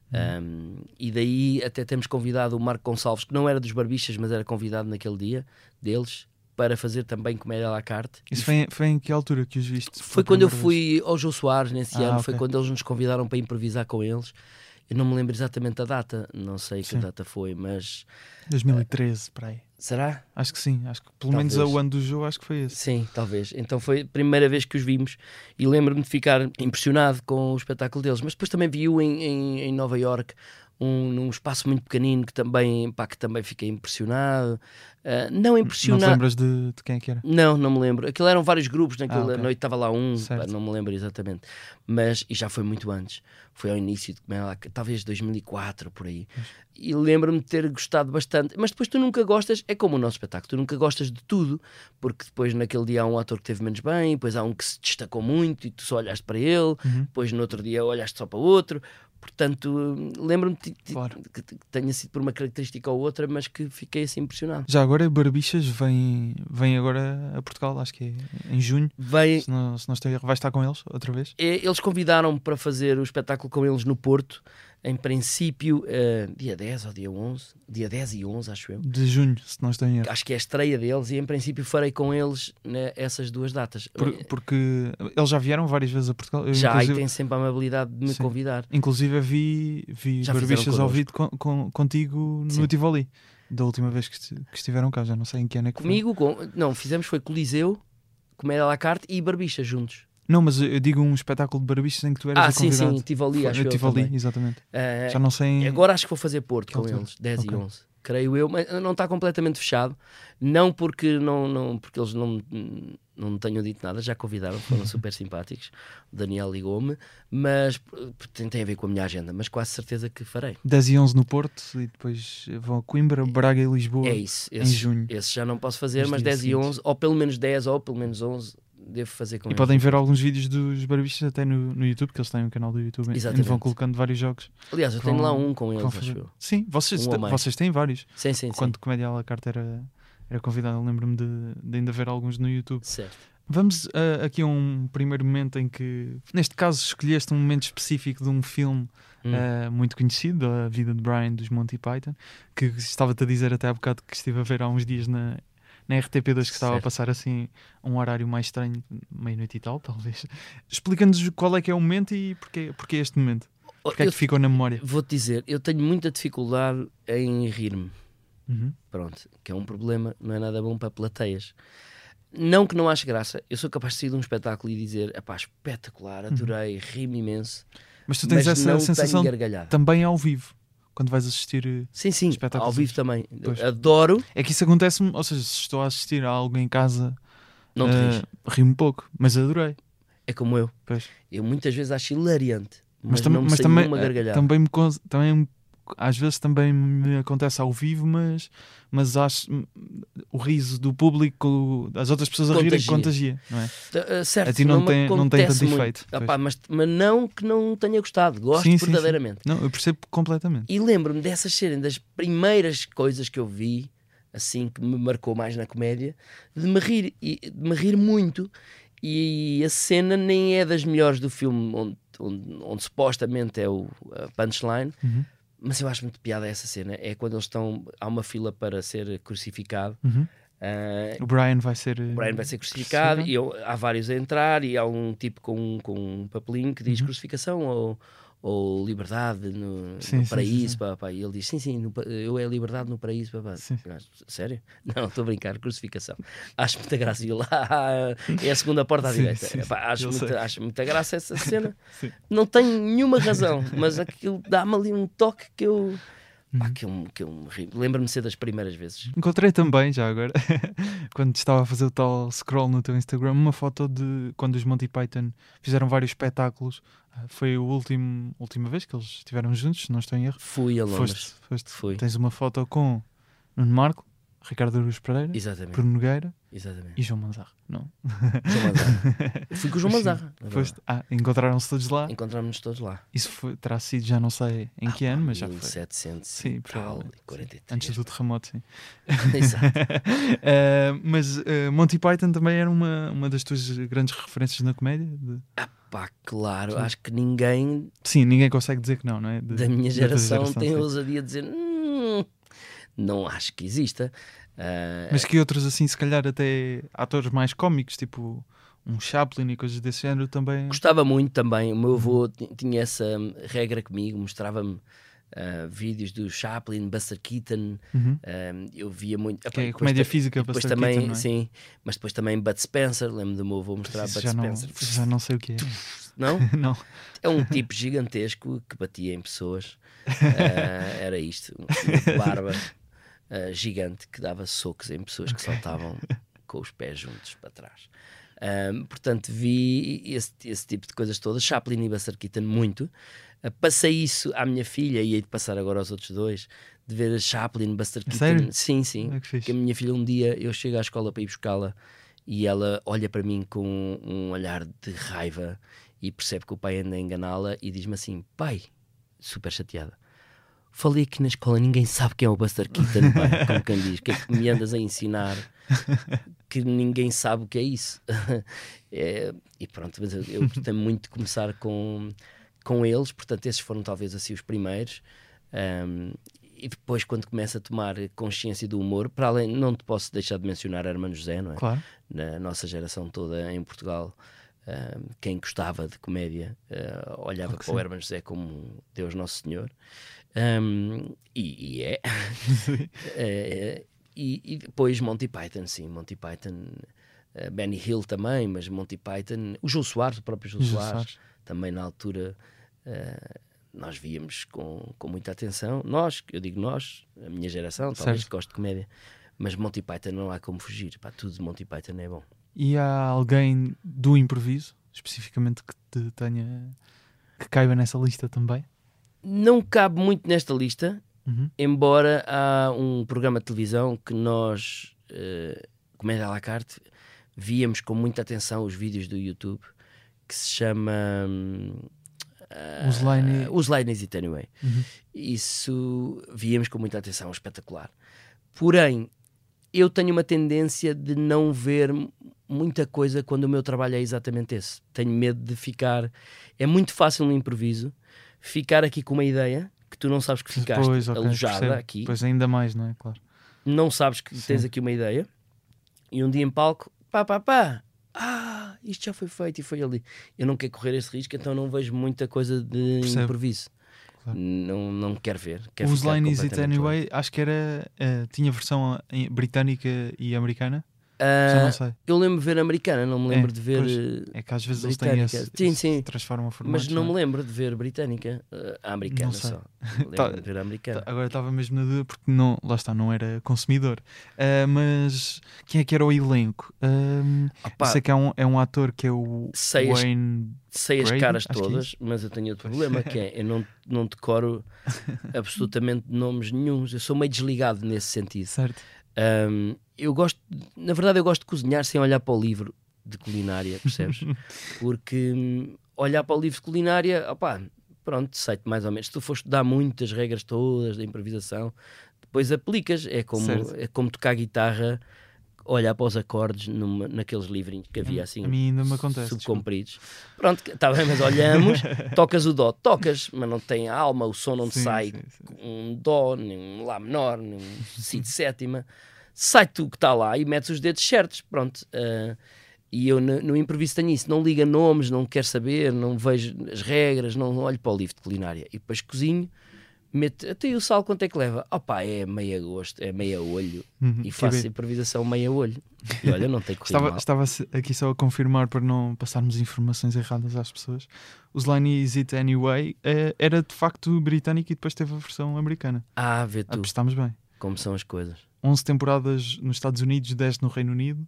E daí até temos convidado o Marco Gonçalves, que não era dos Barbichas, mas era convidado naquele dia deles, para fazer também comédia à la carte. Isso foi em que altura que os viste? Foi quando eu fui ao Jô Soares nesse ano. Foi ok. quando eles nos convidaram para improvisar com eles. Eu não me lembro exatamente a data, não sei que data foi, mas... 2013, para aí. Será? Acho que sim, acho que pelo Talvez. menos o ano do jogo acho que foi esse. Sim, talvez. Então foi a primeira vez que os vimos e lembro-me de ficar impressionado com o espetáculo deles. Mas depois também vi-o em Nova Iorque, num espaço muito pequenino que também fiquei impressionado. Não impressionado. Não te lembras de quem é que era? Não me lembro. Aquilo eram vários grupos, naquela ok. noite estava lá Certo. não me lembro exatamente. Mas, e já foi muito antes, foi ao início de talvez 2004, por aí. E lembro-me de ter gostado bastante. Mas depois tu nunca gostas, é como o nosso espetáculo, tu nunca gostas de tudo, porque depois naquele dia há um ator que teve menos bem, depois há um que se destacou muito e tu só olhaste para ele, depois no outro dia olhaste só para o outro. Portanto, lembro-me Claro. que tenha sido por uma característica ou outra, mas que fiquei assim impressionado. Já agora Barbichas vem agora a Portugal, acho que é em junho. Se não estou errado, vai estar com eles outra vez? Eles convidaram-me para fazer o espetáculo com eles no Porto, em princípio, dia 10 ou dia 11, dia 10 e 11, acho eu. De junho, se não estou em erro. Acho que é a estreia deles e em princípio farei com eles essas duas datas. Porque eles já vieram várias vezes a Portugal. Já, e têm sempre a amabilidade de me Sim. convidar. Inclusive vi Já Barbichas fizeram ao vivo contigo Sim. no Tivoli, da última vez que estiveram cá, já não sei em que ano é que foi. Não, fizemos foi Coliseu, Comédia à la carte e Barbicha juntos. Não, mas eu digo um espetáculo de Barbichas em que tu eras convidado. Sim, Tivoli, acho eu Tivoli, também. exatamente. Já não sei em... Agora acho que vou fazer Porto Que com altura? eles, 10 Ok. e 11. Creio eu, mas não está completamente fechado. Não porque, porque eles não me tenham dito nada, já convidaram, foram super simpáticos. O Daniel ligou-me, mas tem a ver com a minha agenda, mas quase certeza que farei. 10 e 11 no Porto e depois vão a Coimbra, Braga e Lisboa. É isso, em junho. Esse já não posso fazer, Nos mas dias 10 e 11, ou pelo menos 10 ou pelo menos 11, devo fazer com E eles. podem ver alguns vídeos dos Barbichas até no YouTube, que eles têm um canal do YouTube onde Exatamente. vão colocando vários jogos. Aliás, eu tenho lá um com que eles, vão acho fazer. eu. Sim, vocês, Um ou mais. vocês têm vários. Sim. Quando Comédia à la carte era convidado, eu lembro-me de ainda ver alguns no YouTube. Certo. Vamos aqui a um primeiro momento em que, neste caso, escolheste um momento específico de um filme muito conhecido, a vida de Brian dos Monty Python, que estava-te a dizer até há bocado que estive a ver há uns dias na RTP2, que estava a passar assim um horário mais estranho, meia-noite e tal, talvez. Explica-nos qual é que é o momento e porquê este momento. Porquê é que ficou na memória? Vou-te dizer, eu tenho muita dificuldade em rir-me. Pronto, que é um problema, não é nada bom para plateias. Não que não ache graça, eu sou capaz de sair de um espetáculo e dizer, epá, espetacular, adorei, ri-me imenso. Mas tu tens essa não sensação tenho gargalhada. também ao vivo, quando vais assistir Sim, espetáculos ao vivo assim. também. Pois. Adoro. É que isso acontece-me, ou seja, se estou a assistir a algo em casa, Não te rires. rio-me pouco, mas adorei. É como eu. Pois. Eu muitas vezes acho hilariante, mas Mas não me sai também, uma gargalhada. também me às vezes também me acontece ao vivo, mas acho o riso do público, as outras pessoas a rirem, contagia, não é? Certo, A ti não tem tanto muito. efeito. Mas não que não tenha gostado, gosto verdadeiramente. Sim. Não, eu percebo completamente. E lembro-me dessas serem das primeiras coisas que eu vi, assim, que me marcou mais na comédia, de me rir muito. E a cena nem é das melhores do filme, onde supostamente é a punchline, mas eu acho muito piada essa cena. É quando eles há uma fila para ser crucificado. O Brian vai ser crucificado e há vários a entrar e há um tipo com um papelinho que diz crucificação ou liberdade no paraíso. Pá. E ele diz, sim, eu é liberdade no paraíso. Pá. Sério? Não, estou a brincar, crucificação. Acho muita graça. E lá é a segunda porta à direita. Pá, acho muita graça essa cena. Não tenho nenhuma razão, mas aquilo dá-me ali um toque que eu... que eu me ri. Lembro-me de ser das primeiras vezes. Encontrei também, já agora, quando estava a fazer o tal scroll no teu Instagram, uma foto de quando os Monty Python fizeram vários espetáculos. Foi a última vez que eles estiveram juntos, se não estou em erro. Fui a Londres. Fui. Tens uma foto com Nuno Marco, Ricardo Araújo Pereira, Bruno Nogueira e João Manzarra. Não. João Manzarra. Fui com o João Manzarra. Encontraram-se todos lá? Encontraram-nos todos lá. Isso terá sido, já não sei em que ano, mas já foi. 1700 sim, e 43. Antes do terremoto, sim. Exato. Mas Monty Python também era uma das tuas grandes referências na comédia? Claro, sim. Acho que ninguém... Sim, ninguém consegue dizer que não é? Da minha geração tem a ousadia de dizer não acho que exista. Mas que outros assim, se calhar até atores mais cómicos, tipo um Chaplin e coisas desse género também... Gostava muito também. O meu avô tinha essa regra comigo, mostrava-me vídeos do Chaplin, Buster Keaton. Eu via muito... Que é comédia física, depois Buster também, Keaton, não é? Sim, mas depois também Bud Spencer. Lembro do meu avô mostrar Bud Spencer. Já não sei o que é. Não? Não. É um tipo gigantesco que batia em pessoas. Era isto. Uma barba gigante que dava socos em pessoas que saltavam com os pés juntos para trás. Portanto, vi esse tipo de coisas todas. Chaplin e Buster Keaton muito. Passei isso à minha filha e hei de passar agora aos outros dois, de ver a Chaplin, Buster Keaton. Sério? Sim. Que a minha filha, um dia eu chego à escola para ir buscá-la e ela olha para mim com um olhar de raiva e percebe que o pai anda a enganá-la e diz-me assim: pai, super chateada, falei aqui na escola, ninguém sabe quem é o Buster Keaton, pai. Como quem diz, que é que me andas a ensinar que ninguém sabe o que é isso? E pronto, mas eu gostei muito de começar com eles, portanto esses foram talvez assim os primeiros. E depois, quando começa a tomar consciência do humor, para além, não te posso deixar de mencionar Hermano José, não é? Claro. Na nossa geração toda em Portugal, quem gostava de comédia olhava para o Hermano José como Deus Nosso Senhor. E e depois Monty Python, sim, Monty Python, Benny Hill também, mas Monty Python, o Jô Soares, o próprio Jô Soares, também na altura nós víamos com muita atenção. Eu digo nós, a minha geração, talvez que gosto de comédia, mas Monty Python não há como fugir. Tudo de Monty Python é bom. E há alguém do improviso, especificamente, que caiba nessa lista também? Não cabe muito nesta lista, embora há um programa de televisão que nós, Comédia à la carte, víamos com muita atenção os vídeos do YouTube, que se chama Os Lines It Anyway. Isso víamos com muita atenção, espetacular. Porém, eu tenho uma tendência de não ver muita coisa quando o meu trabalho é exatamente esse. Tenho medo de ficar... É muito fácil no improviso ficar aqui com uma ideia que tu não sabes que ficaste alojada aqui. Pois ainda mais, não é? Claro. Não sabes que tens aqui uma ideia e um dia em palco, isto já foi feito e foi ali. Eu não quero correr esse risco, então não vejo muita coisa de improviso. Claro. Não quero ver. Os Lines It Anyway, acho que era tinha versão britânica e americana. Já não sei. Eu lembro de ver americana, não me lembro de ver É que às vezes eles têm britânica. Sim. transformam a formatos. Mas não me lembro de ver britânica. A americana Não sei. só. Lembro de ver a americana. Agora estava mesmo na dúvida porque não, lá está, não era consumidor. Mas quem é que era o elenco? Eu sei que é um ator que é o Wayne. Sei as Brady, caras acho que é todas, mas eu tenho outro problema, que é eu não decoro absolutamente nomes nenhuns. Eu sou meio desligado nesse sentido. Certo. Eu gosto, na verdade, eu gosto de cozinhar sem olhar para o livro de culinária, percebes? Porque olhar para o livro de culinária, opá, pronto, sei-te mais ou menos. Se tu for estudar muitas regras todas da improvisação, depois aplicas. É como tocar guitarra, olhar para os acordes naqueles livrinhos que havia assim, a mim ainda me acontece, subcompridos. Pronto, está bem, mas olhamos, tocas o dó, mas não tem alma, o som não te sai um dó, nem um lá menor, nem um si de sétima. Sai-te o que está lá e metes os dedos certos, pronto. E eu no improviso tenho isso, não liga nomes, não quero saber, não vejo as regras, não olho para o livro de culinária. E depois cozinho, meto, até o sal quanto é que leva? É meia gosto, é meia olho. E faço improvisação meia olho. E olha, não tem corrido mal. Estava aqui só a confirmar para não passarmos informações erradas às pessoas. O Slaney Is It Anyway era de facto britânico e depois teve a versão americana. Vê tu. Estamos bem. Como são as coisas. 11 temporadas nos Estados Unidos, 10 no Reino Unido.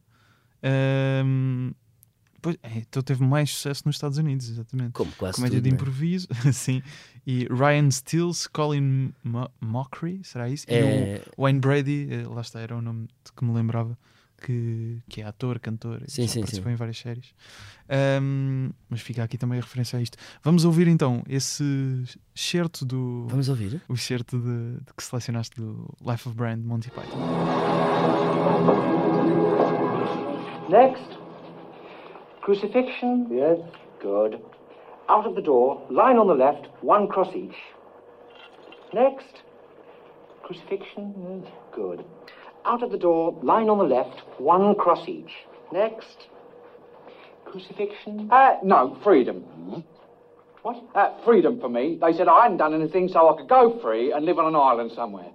Então teve mais sucesso nos Estados Unidos, exatamente. Como quase Comédia tudo, de improviso, sim. E Ryan Stills, Colin Mockery, será isso? E o Wayne Brady, lá está, era o nome de que me lembrava, que é ator, cantor, participou em várias séries. Mas fica aqui também a referência a isto. Vamos ouvir então esse excerto do... Vamos ouvir? O excerto de que selecionaste do Life of Brian de Monty Python. Next. Crucifixion. Yes. Good. Out of the door, line on the left, one cross each. Next. Crucifixion. Yes. Good. Out of the door, line on the left, one cross each. Next. Crucifixion. No, freedom. What? Freedom for me. They said I hadn't done anything, so I could go free and live on an island somewhere.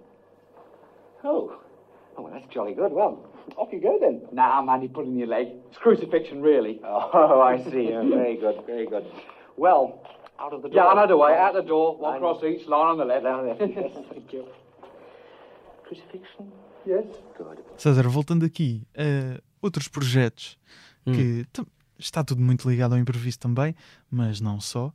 Oh, well, that's jolly good. Well, off you go then. Nah, man, you put in your leg. It's crucifixion, really. Oh, I see. Very good, very good. Well, out of the door. Yeah, I know the way. Out the door, one cross each, line on the left. Yes, thank you. Crucifixion? Yes. Good. César, voltando aqui a outros projetos que está tudo muito ligado ao improviso também, mas não só.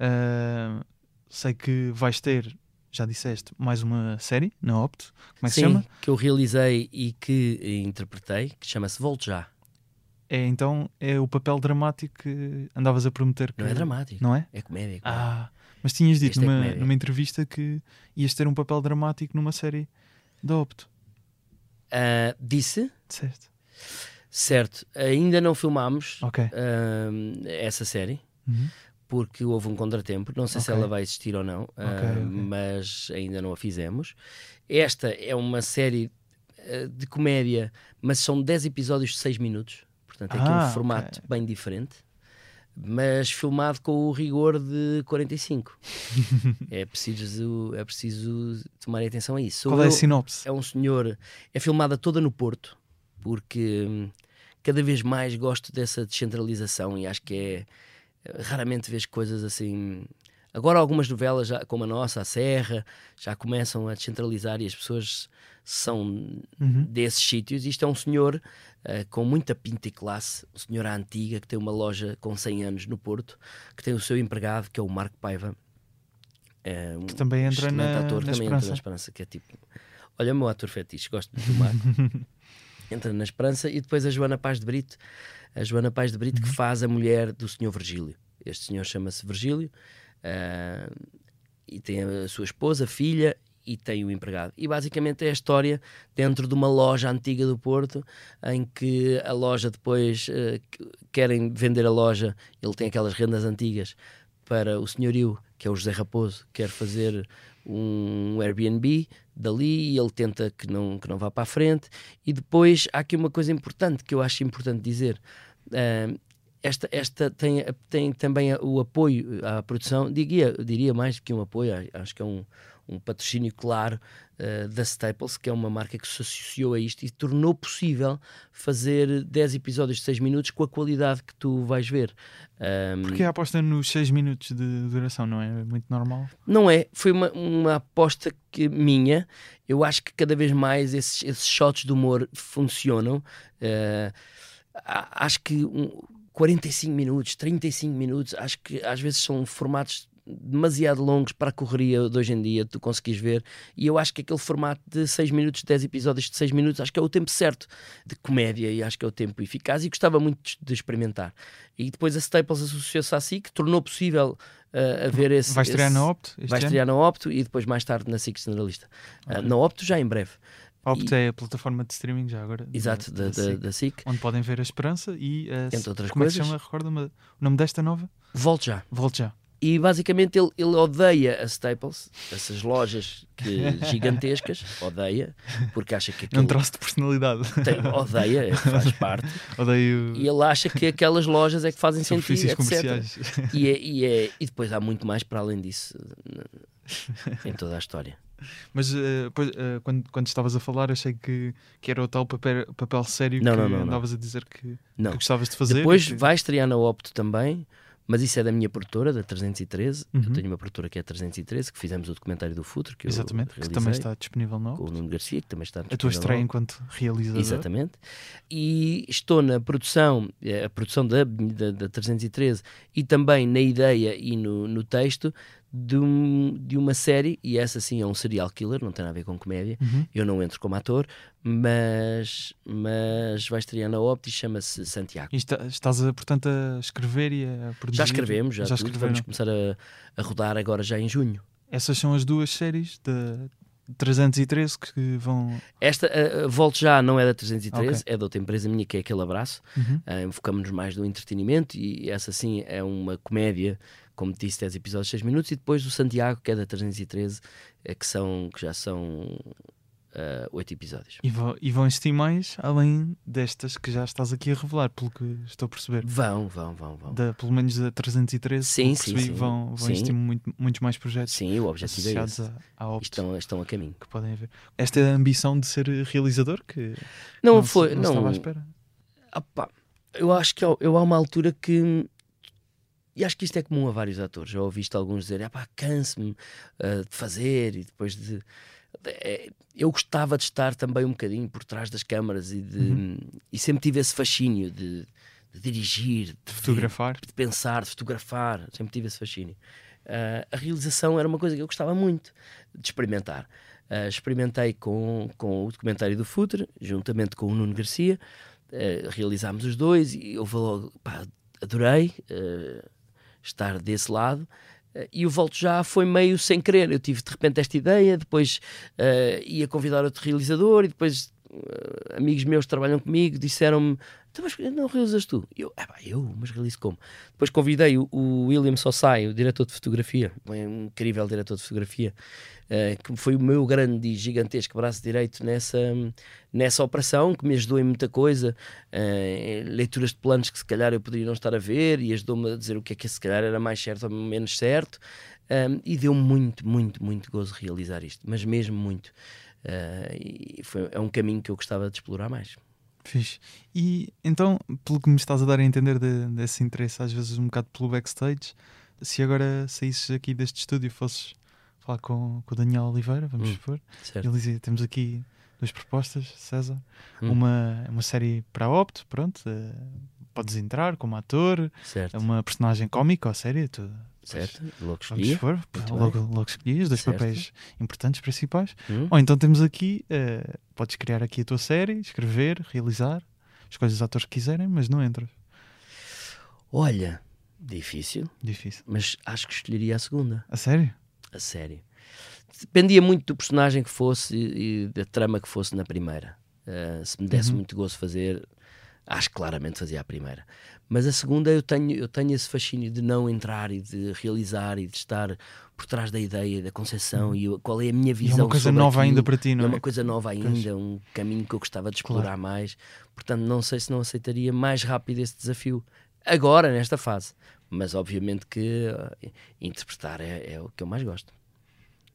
Sei que vais ter, já disseste, mais uma série na Opto. Como é que se chama? Que eu realizei e que interpretei, que chama-se Volte Já. Então é o papel dramático que andavas a prometer que... Não é dramático. Não é? É comédia. Mas tinhas dito numa entrevista que ias ter um papel dramático numa série da Opto. Disse? Certo. Ainda não filmámos Okay. essa série. Porque houve um contratempo, não sei se ela vai existir ou não, mas ainda não a fizemos. Esta é uma série de comédia, mas são 10 episódios de 6 minutos, portanto é aqui um formato bem diferente, mas filmado com o rigor de 45. é preciso tomar atenção a isso. Qual é a sinopse? É um senhor, é filmada toda no Porto, porque cada vez mais gosto dessa descentralização e acho que raramente vejo coisas assim. Agora algumas novelas, como a nossa, a Serra, já começam a descentralizar e as pessoas são desses sítios. Isto é um senhor com muita pinta e classe, um senhor à antiga, que tem uma loja com 100 anos no Porto, que tem o seu empregado, que é o Marco Paiva. Que também entra na Esperança, que é tipo... Olha, o meu ator fetiche, gosto muito do Marco. Entra na Esperança. E depois a Joana Paz de Brito, que faz a mulher do Sr. Virgílio. Este senhor chama-se Virgílio e tem a sua esposa, filha e tem o empregado. E basicamente é a história dentro de uma loja antiga do Porto, em que a loja depois querem vender a loja, ele tem aquelas rendas antigas para o senhorio, que é o José Raposo, quer fazer um Airbnb dali e ele tenta que não vá para a frente. E depois há aqui uma coisa importante que eu acho importante dizer. Esta tem também o apoio à produção, diria mais que um apoio, acho que é um um patrocínio claro da Staples, que é uma marca que se associou a isto e tornou possível fazer 10 episódios de 6 minutos com a qualidade que tu vais ver. Porque a aposta nos 6 minutos de duração não é muito normal? Não é, foi uma aposta minha. Eu acho que cada vez mais esses shots de humor funcionam. Acho que 45 minutos, 35 minutos, acho que às vezes são formatos demasiado longos para a correria de hoje em dia, tu conseguis ver, e eu acho que aquele formato de 6 minutos, 10 episódios de 6 minutos, acho que é o tempo certo de comédia e acho que é o tempo eficaz e gostava muito de experimentar. E depois a Staples associou-se à SIC, tornou possível haver esse... Vai estrear na Opto? Vai estrear na Opto e depois mais tarde na SIC Generalista. Na Opto já em breve. A Opto é a plataforma de streaming já agora. Exato, da SIC. Onde podem ver a Esperança e entre outras como coisas. É que se chama? Recorda-me o nome desta nova? Volte Já. Volte Já. E basicamente ele odeia a Staples, essas lojas gigantescas, odeia, porque acha que aquilo... É um traço de personalidade. Odeia, faz parte. Odeio... E ele acha que aquelas lojas é que fazem sentido, etc. Comerciais. E depois há muito mais para além disso em toda a história. Mas quando estavas a falar, achei que era o tal papel sério que andavas a dizer que gostavas de fazer. Depois vai estrear na Opto também, mas isso é da minha produtora, da 313. Eu tenho uma produtora que é a 313, que fizemos o documentário do Futuro, que exatamente, eu realizei, que também está disponível na Opto. com o Nuno Garcia, que também está disponível. A tua estreia enquanto realizador. Exatamente. E estou na produção, a produção da 313, e também na ideia e no texto de uma série, e essa sim é um serial killer, não tem nada a ver com comédia. Eu não entro como ator, mas vai estrear na Opto e chama-se Santiago. E estás portanto a escrever e a produzir? Já escrevemos, já vamos começar a rodar agora já em junho. Essas são as duas séries de 313 que vão... Esta, Volte Já, não é da 313, é de outra empresa minha, que é Aquele Abraço. Enfocamos-nos mais no entretenimento, e essa sim é uma comédia, como disse, 10 episódios, 6 minutos, e depois o Santiago, que é da 313, que já são 8 episódios. E vão existir mais, além destas que já estás aqui a revelar, pelo que estou a perceber. Vão. Pelo menos da 313, sim. Vão existir muitos mais projetos. Sim, o objetivo é esse. À Opto, estão a caminho. Que podem haver. Esta é a ambição de ser realizador? Que não estava à espera. Eu acho que há uma altura que... E acho que isto é comum a vários atores. Já ouviste alguns dizerem, canso-me de fazer, e depois de... Eu gostava de estar também um bocadinho por trás das câmaras e sempre tive esse fascínio de dirigir, de fotografar, de pensar, de fotografar. Sempre tive esse fascínio. A realização era uma coisa que eu gostava muito de experimentar. Experimentei com o documentário do Futre, juntamente com o Nuno Garcia. Realizámos os dois e eu adorei estar desse lado. E o Volto Já foi meio sem querer. Eu tive de repente esta ideia, depois ia convidar outro realizador, e depois amigos meus que trabalham comigo disseram-me, mas não realizas tu? Mas realizo como? Depois convidei o William Sossai, o diretor de fotografia, um incrível diretor de fotografia, que foi o meu grande e gigantesco braço direito nessa operação, que me ajudou em muita coisa, leituras de planos que se calhar eu poderia não estar a ver, e ajudou-me a dizer o que é que se calhar era mais certo ou menos certo, e deu muito, muito, muito gozo realizar isto, mas mesmo muito. É um caminho que eu gostava de explorar mais. Fixe. E então, pelo que me estás a dar a entender desse interesse, às vezes um bocado pelo backstage, se agora saísses aqui deste estúdio e fosses falar com o Daniel Oliveira, vamos supor, ele dizia, temos aqui 2 propostas, César, uma série para a Opto, pronto, podes entrar como ator, é uma personagem cómica ou série, certo, logo escolhi. Logo escolhi os 2 papéis importantes, principais. Ou então temos aqui, podes criar aqui a tua série, escrever, realizar, escolhes os atores que quiserem, mas não entras. Olha, difícil, mas acho que escolheria a segunda. A sério? A sério. Dependia muito do personagem que fosse e da trama que fosse na primeira. Se me desse muito gozo fazer, acho que claramente fazia a primeira. Mas a segunda eu tenho esse fascínio de não entrar e de realizar e de estar por trás da ideia, da concepção, e qual é a minha visão. E é uma coisa nova ainda para ti, não é? É uma coisa nova ainda, um caminho que eu gostava de explorar mais. Portanto, não sei se não aceitaria mais rápido esse desafio agora, nesta fase. Mas obviamente que interpretar é o que eu mais gosto.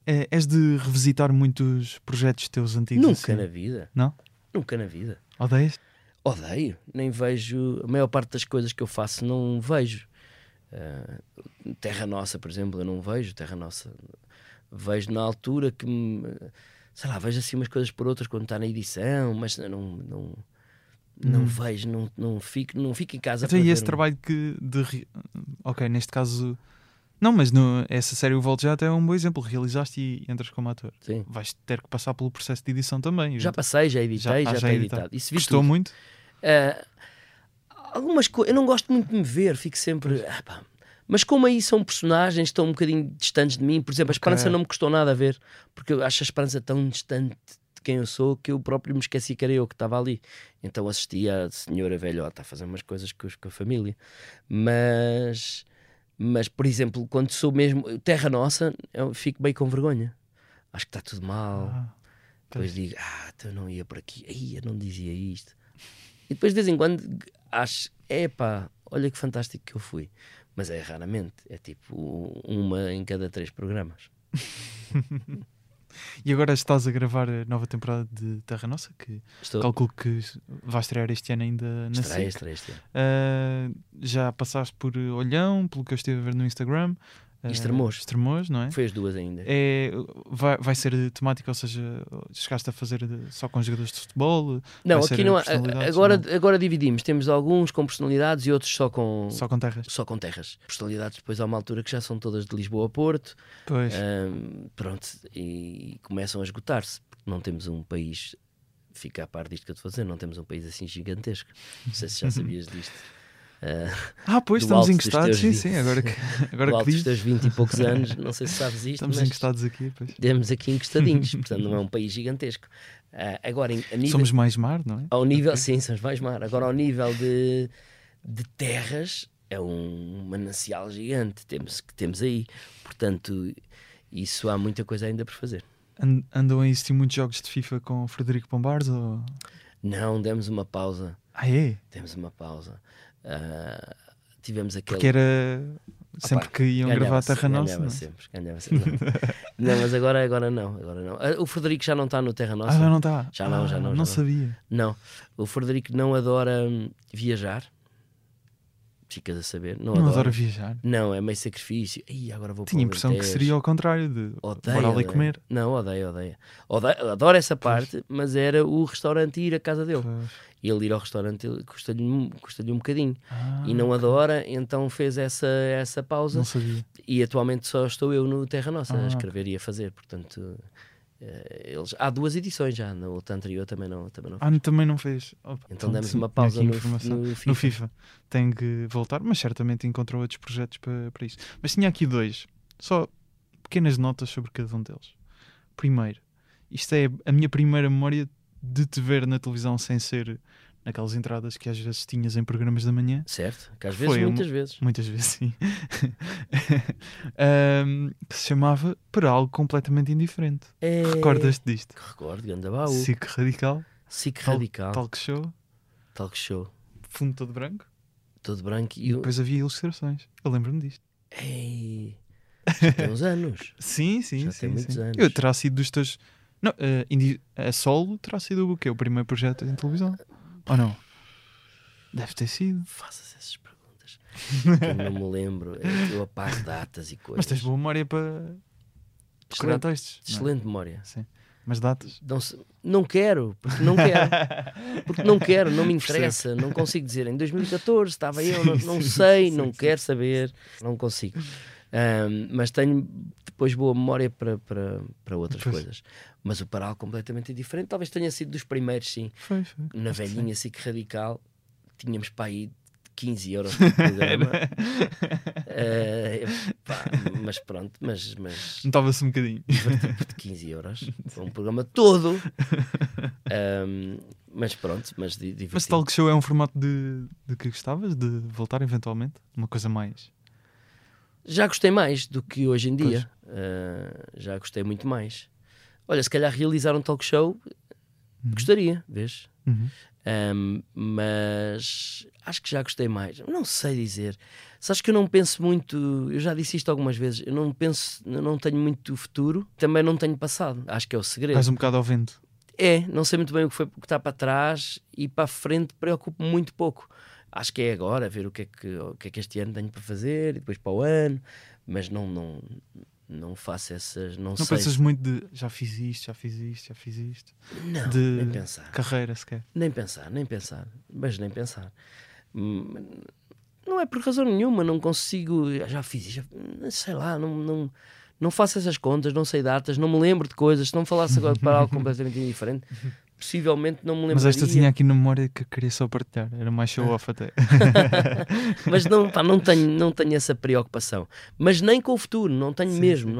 És de revisitar muitos projetos teus antigos? Nunca assim? na vida. Não? Nunca na vida. Odeias? Odeio. Nem vejo. A maior parte das coisas que eu faço não vejo. Terra Nossa, por exemplo, eu não vejo Terra Nossa. Vejo na altura que sei lá, vejo assim umas coisas por outras quando está na edição, mas não vejo, não fico em casa. Então, para e ver esse trabalho ok, neste caso não, mas essa série O Volto Já até é um bom exemplo. Realizaste e entras como ator. Sim. Vais ter que passar pelo processo de edição também. Já passei, já editei, já está editado. Isso vi Gostou tudo. muito? Algumas coisas, eu não gosto muito de me ver, fico sempre. Mas como aí são personagens que estão um bocadinho distantes de mim, por exemplo, a Esperança não me custou nada a ver, porque eu acho a Esperança tão distante de quem eu sou que eu próprio me esqueci que era eu que estava ali. Então assisti a senhora velhota a fazer umas coisas com a família. Mas, por exemplo, quando sou mesmo Terra Nossa, eu fico bem com vergonha. Acho que está tudo mal. Depois digo, então eu não ia por aqui, eu não dizia isto. E depois de vez em quando acho, olha que fantástico que eu fui. Mas é raramente, é tipo uma em cada 3 programas. E agora estás a gravar a nova temporada de Terra Nossa, que calculo que vai estrear este ano ainda na SIC. Estreia este ano. Já passaste por Olhão, pelo que eu estive a ver no Instagram. Estremoz, não é? Foi as 2 ainda. Vai ser temática, ou seja, chegaste a fazer só com jogadores de futebol? Não, aqui não há. Agora dividimos. Temos alguns com personalidades e outros só com terras. Só com terras. Personalidades depois há uma altura que já são todas de Lisboa a Porto. Pois. Pronto, e começam a esgotar-se, porque não temos um país, fica a par disto que eu estou a fazer, não temos um país assim gigantesco. Não sei se já sabias disto. Pois, estamos encostados, sim, agora que do alto dos teus 20 e poucos anos, não sei se sabes isto, estamos encostados aqui, pois. Estamos aqui encostadinhos, portanto não é um país gigantesco. Agora, a nível, somos mais mar, não é? Ao nível, sim, somos mais mar. Agora, ao nível de terras, é um manancial gigante que temos aí, portanto, isso há muita coisa ainda por fazer. Andam a existir muitos jogos de FIFA com o Frederico Pombares? Ou... Não, demos uma pausa. Demos uma pausa. Tivemos aquele... Porque era sempre que iam gravar a Terra Nossa. Ganhava sempre. Não, mas agora não. O Frederico já não está no Terra Nossa. Já não está? Já não. Não sabia. Não, o Frederico não adora viajar. Ficas a saber. Não adora viajar. Não, é meio sacrifício. Agora vou. Tinha a impressão que seria ao contrário de odeio, ali comer. Não, odeio. Adoro essa parte, mas era o restaurante e ir à casa dele. E ele ir ao restaurante custa-lhe um bocadinho. E não adora, então fez essa pausa. Não sabia. E atualmente só estou eu no Terra Nossa a escrever e a fazer. Portanto, há 2 edições já. Na outra anterior também não fez. Também não fez. Então demos uma pausa no FIFA. Tem que voltar, mas certamente encontrou outros projetos para isso. Mas tinha aqui 2. Só pequenas notas sobre cada um deles. Primeiro, isto é a minha primeira memória de te ver na televisão sem ser naquelas entradas que às vezes tinhas em programas da manhã. Certo, que às vezes, muitas vezes. Muitas vezes, sim. Que se chamava Para Algo Completamente Indiferente. Recordas-te disto? Recordo, ganda baú. SIC Radical. Talk show. Fundo todo branco. E depois havia ilustrações. Eu lembro-me disto. Já tem uns anos. Sim. Já tem muitos anos. Eu terá sido dos teus... Não, a solo terá sido o quê? O primeiro projeto em televisão? Ou não? Deve ter sido. Faças essas perguntas. Eu não me lembro. Eu apago datas e coisas. Mas tens boa memória para decorar textos. Excelente memória. Sim. Mas datas? Não quero, porque não me interessa, não consigo dizer. Em 2014 estava eu, não sei, não quero saber, não consigo. Mas tenho depois boa memória para outras coisas. Mas o Paral completamente diferente. Talvez tenha sido dos primeiros, sim. Foi. Na velhinha SIC Radical tínhamos para aí 15 euros por programa. Mas pronto, mas notava-se um bocadinho. Diverti-me de 15 euros para um programa todo. Mas pronto, mas diverti. Mas talk show é um formato de que gostavas de voltar eventualmente? Uma coisa mais... Já gostei mais do que hoje em dia. Já gostei muito mais. Olha, se calhar realizar um talk show gostaria, vês? Mas acho que já gostei mais. Não sei dizer. Sabes que eu não penso muito, eu já disse isto algumas vezes, eu não tenho muito futuro, também não tenho passado. Acho que é o segredo. Vais um bocado ao vento. Não sei muito bem o que está para trás, e para a frente preocupo-me muito pouco. Acho que é agora ver o que é que este ano tenho para fazer, e depois para o ano, mas não faço essas. Não sei pensas muito de já fiz isto. Não, de nem pensar. Carreira sequer. Nem pensar. Mas nem pensar. Não é por razão nenhuma, não consigo. Já fiz isto, sei lá, não faço essas contas, não sei datas, não me lembro de coisas. Se não me falasse agora para algo completamente indiferente, possivelmente não me lembraria. Mas esta tinha aqui na memória que eu queria só partilhar, era mais show-off até. Mas não tenho essa preocupação. Mas nem com o futuro, não tenho mesmo.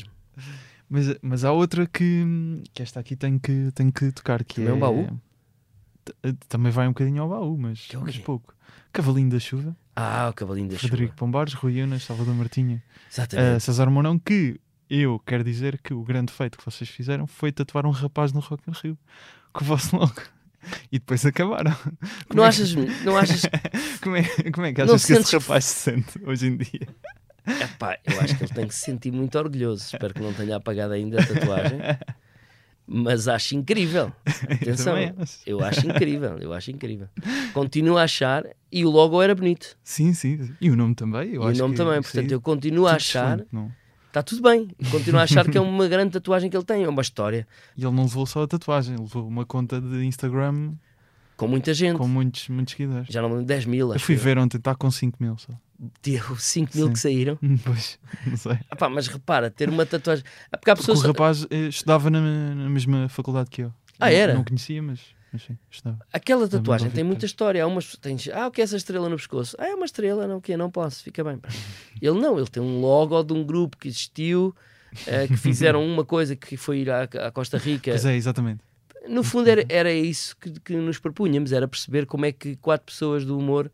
Mas há outra que esta aqui tem que tocar, que também é um baú? Também vai um bocadinho ao baú, mas pouco. Cavalinho da Chuva. O Cavalinho da Chuva. Frederico Pombares, Rui Unas, Salvador Martinha. Exatamente. César Mourão, que eu quero dizer que o grande feito que vocês fizeram foi tatuar um rapaz no Rock in Rio com o vosso logo. E depois acabaram. Não achas? Como é que achas que esse rapaz se sente hoje em dia? Eu acho que ele tem que se sentir muito orgulhoso. Espero que não tenha apagado ainda a tatuagem. Mas acho incrível. Atenção, eu acho incrível. Continuo a achar, e o logo era bonito. Sim. E o nome também. Portanto, eu continuo a achar. Está tudo bem. Continuo a achar que é uma grande tatuagem que ele tem, é uma história. E ele não levou só a tatuagem, ele levou uma conta de Instagram com muita gente, com muitos seguidores. Já não me lembro, 10 mil. Eu fui ver ontem, está com 5 mil só. Deu 5 mil que saíram. Pois, não sei. Mas repara, ter uma tatuagem. Porque há pessoas... o rapaz estudava na mesma faculdade que eu. Era? Não conhecia, mas sim, estudava. Aquela tatuagem tem muita história. Há umas tens, o que é essa estrela no pescoço? É uma estrela, não, o quê? Não posso, fica bem. Ele não, ele tem um logo de um grupo que existiu, que fizeram uma coisa que foi ir à Costa Rica. Pois é, exatamente. No fundo era isso que nos propunhamos, era perceber como é que 4 pessoas do humor,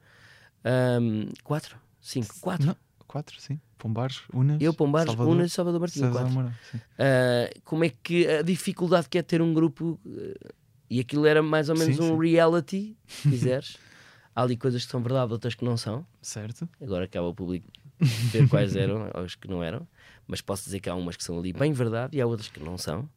4? 5? 4? Não, 4, sim. Pombares, Unas, eu, Pombares, Unas e Salvador Martinho. 4. Como é que a dificuldade que é ter um grupo, e aquilo era mais ou menos reality, se quiseres. Há ali coisas que são verdade, outras que não são. Certo. Agora acaba o público ver quais eram, ou os que não eram. Mas posso dizer que há umas que são ali bem verdade e há outras que não são.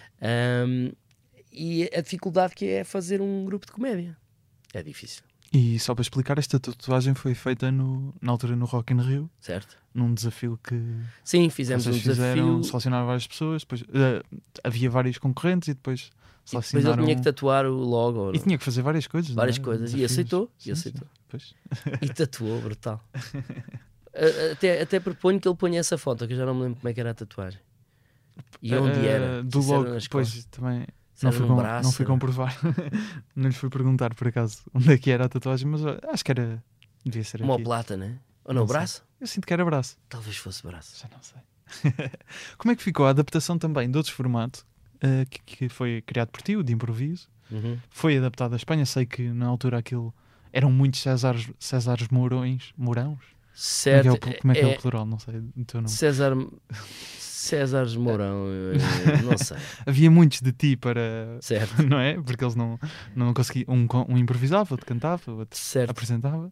E a dificuldade que é fazer um grupo de comédia. É difícil. E só para explicar, esta tatuagem foi feita na altura no Rock in Rio. Certo. Num desafio que... Sim, fizemos um desafio. Selecionaram várias pessoas, depois havia vários concorrentes e depois selecionaram... Depois ele tinha que tatuar o logo. E tinha que fazer várias coisas. Várias coisas. Desafios. E aceitou. Pois. E tatuou, brutal. Até proponho que ele ponha essa foto, que eu já não me lembro como é que era a tatuagem. E onde era. Do logo, depois também... Não fui comprovar. Não lhes fui perguntar por acaso onde é que era a tatuagem, mas acho que devia ser aqui. Uma plata, né? Ou não, braço? Eu sinto que era braço. Talvez fosse braço. Já não sei. Como é que ficou a adaptação também de outros formatos que foi criado por ti, o de improviso? Uhum. Foi adaptado à Espanha. Sei que na altura aquilo eram muitos Césares Mourãos. Certo. Como é que é o plural? Não sei o teu nome. Césares Mourão, não sei. Havia muitos de ti para... Certo. Não é? Porque eles não conseguiam... Um improvisava, outro cantava, outro apresentava.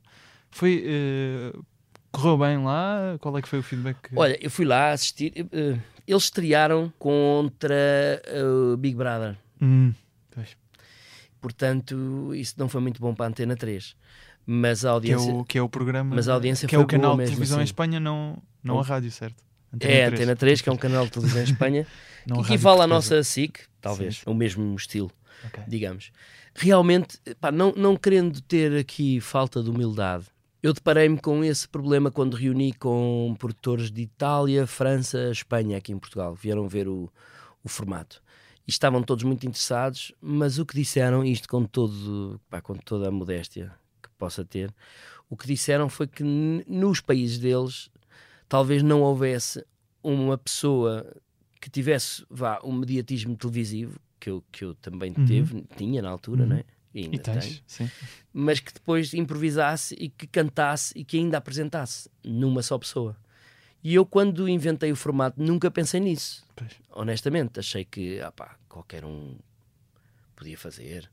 Correu bem lá? Qual é que foi o feedback? Olha, eu fui lá assistir. Eles estrearam contra o Big Brother. Pois. Portanto, isso não foi muito bom para a Antena 3. Mas a audiência... Que é o programa... Mas a audiência que foi é o canal de mesmo, televisão assim. em Espanha, não a rádio, certo? Antena 3, que é um canal de televisão em Espanha, que equivale à nossa SIC, talvez, o mesmo estilo, digamos. Realmente, não querendo ter aqui falta de humildade, eu deparei-me com esse problema quando reuni com produtores de Itália, França, Espanha, aqui em Portugal. Vieram ver o formato. E estavam todos muito interessados, mas o que disseram, isto com toda a modéstia que possa ter, o que disseram foi que nos países deles talvez não houvesse uma pessoa que tivesse um mediatismo televisivo, que eu também tinha na altura, não é? E ainda tenho. Sim. Mas que depois improvisasse e que cantasse e que ainda apresentasse numa só pessoa. E eu, quando inventei o formato, nunca pensei nisso. Pois. Honestamente, achei que qualquer um podia fazer.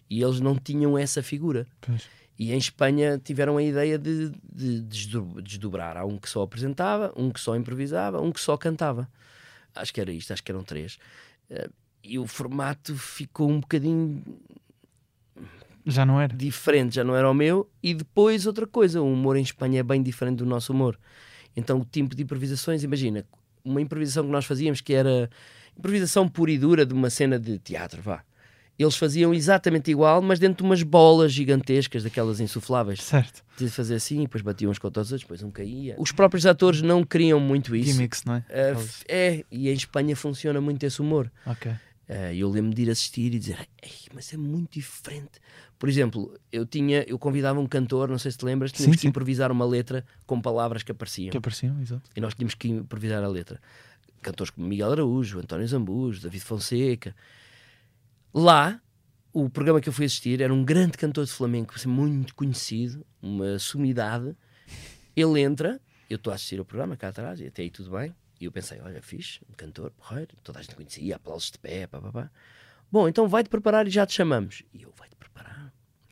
E eles não tinham essa figura. Pois. E em Espanha tiveram a ideia de desdobrar. Há um que só apresentava, um que só improvisava, um que só cantava. Acho que era isto, acho que eram 3. E o formato ficou um bocadinho Já não era? diferente, já não era o meu. E depois outra coisa, o humor em Espanha é bem diferente do nosso humor. Então o tipo de improvisações, imagina, uma improvisação que nós fazíamos que era improvisação pura e dura de uma cena de teatro, vá. Eles faziam exatamente igual, mas dentro de umas bolas gigantescas, daquelas insufláveis. Certo. De fazer assim, e depois batiam uns contra os outros, depois um caía. Os próprios atores não queriam muito isso. Gimmicks, não é? E em Espanha funciona muito esse humor. Ok. Eu lembro de ir assistir e dizer, mas é muito diferente. Por exemplo, eu convidava um cantor, não sei se te lembras, tínhamos que improvisar uma letra com palavras que apareciam. Que apareciam, exato. E nós tínhamos que improvisar a letra. Cantores como Miguel Araújo, António Zambujo, David Fonseca. Lá, o programa que eu fui assistir era um grande cantor de flamenco, muito conhecido, uma sumidade. Ele entra, eu estou a assistir ao programa cá atrás, e até aí tudo bem. E eu pensei, olha, fixe, um cantor, porreiro, toda a gente conhecia, aplausos de pé, papapá. Bom, então vai-te preparar e já te chamamos. E eu, vai-te preparar.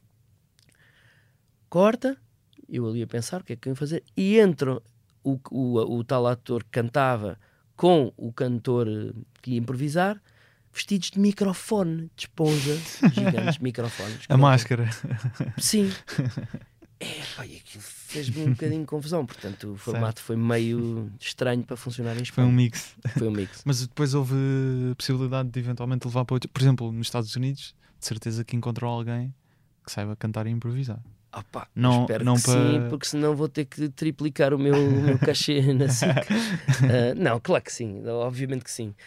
Corta, eu ali a pensar o que é que eu ia fazer. E entra o tal ator que cantava com o cantor que ia improvisar, vestidos de microfone, de esponja, gigantes microfones. A máscara. Sim. E aquilo fez-me um bocadinho de confusão. Portanto, o formato foi meio estranho para funcionar em Espanha. Foi um mix. Mas depois houve possibilidade de eventualmente levar para outro. Por exemplo, nos Estados Unidos, de certeza que encontrou alguém que saiba cantar e improvisar. Espero que sim, porque senão vou ter que triplicar o meu cachê na SIC. Não, claro que sim, obviamente que sim.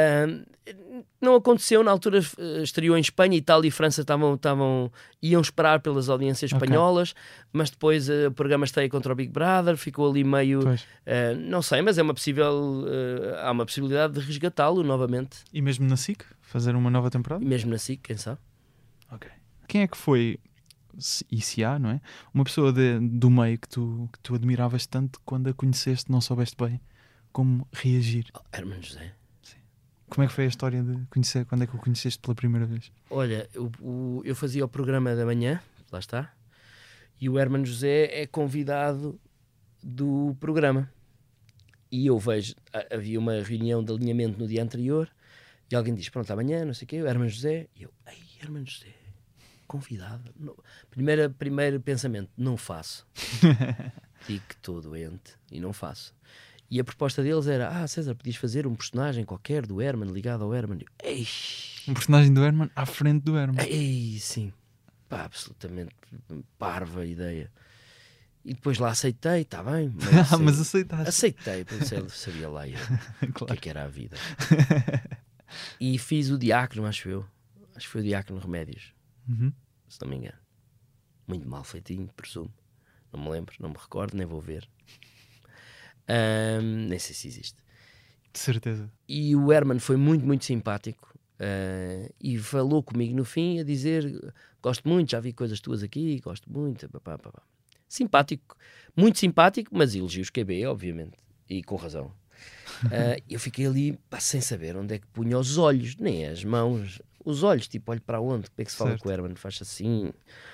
Não aconteceu, na altura estreou em Espanha, Itália e França iam esperar pelas audiências espanholas, mas depois o programa estreia contra o Big Brother, ficou ali meio... não sei, mas há uma possibilidade de resgatá-lo novamente. E mesmo na SIC? Fazer uma nova temporada? E mesmo na SIC, quem sabe? Ok. Quem é que foi... E se há, não é? Uma pessoa do meio que tu admiravas tanto, quando a conheceste não soubeste bem como reagir? Hermano José. Sim. Como é que foi a história de conhecer? Quando é que o conheceste pela primeira vez? Olha, eu fazia o programa da manhã, lá está, e o Hermano José é convidado do programa. E eu vejo, havia uma reunião de alinhamento no dia anterior, e alguém diz, pronto, amanhã, não sei o quê, o Hermano José, e eu, Hermano José, convidado. Não. Primeiro pensamento, não faço. Digo que estou doente e não faço. E a proposta deles era, César, podias fazer um personagem qualquer do Herman, ligado ao Herman. Um personagem do Herman à frente do Herman. Sim. Absolutamente parva a ideia. E depois lá aceitei, está bem. Mas aceitaste. Aceitei, porque ele sabia lá claro. o que era a vida. E fiz o Diácono, acho que foi o Diácono Remédios. Se não me engano. Muito mal feitinho, presumo. Não me lembro, não me recordo, nem vou ver. Nem sei se existe. De certeza. E o Herman foi muito, muito simpático. E falou comigo no fim a dizer, gosto muito, já vi coisas tuas aqui, gosto muito. Simpático, muito simpático, mas elogios QB, obviamente. E com razão. Eu fiquei ali sem saber onde é que punha os olhos, nem as mãos. Os olhos, tipo, olho para onde? Como é que se fala com o Herman? Faz assim.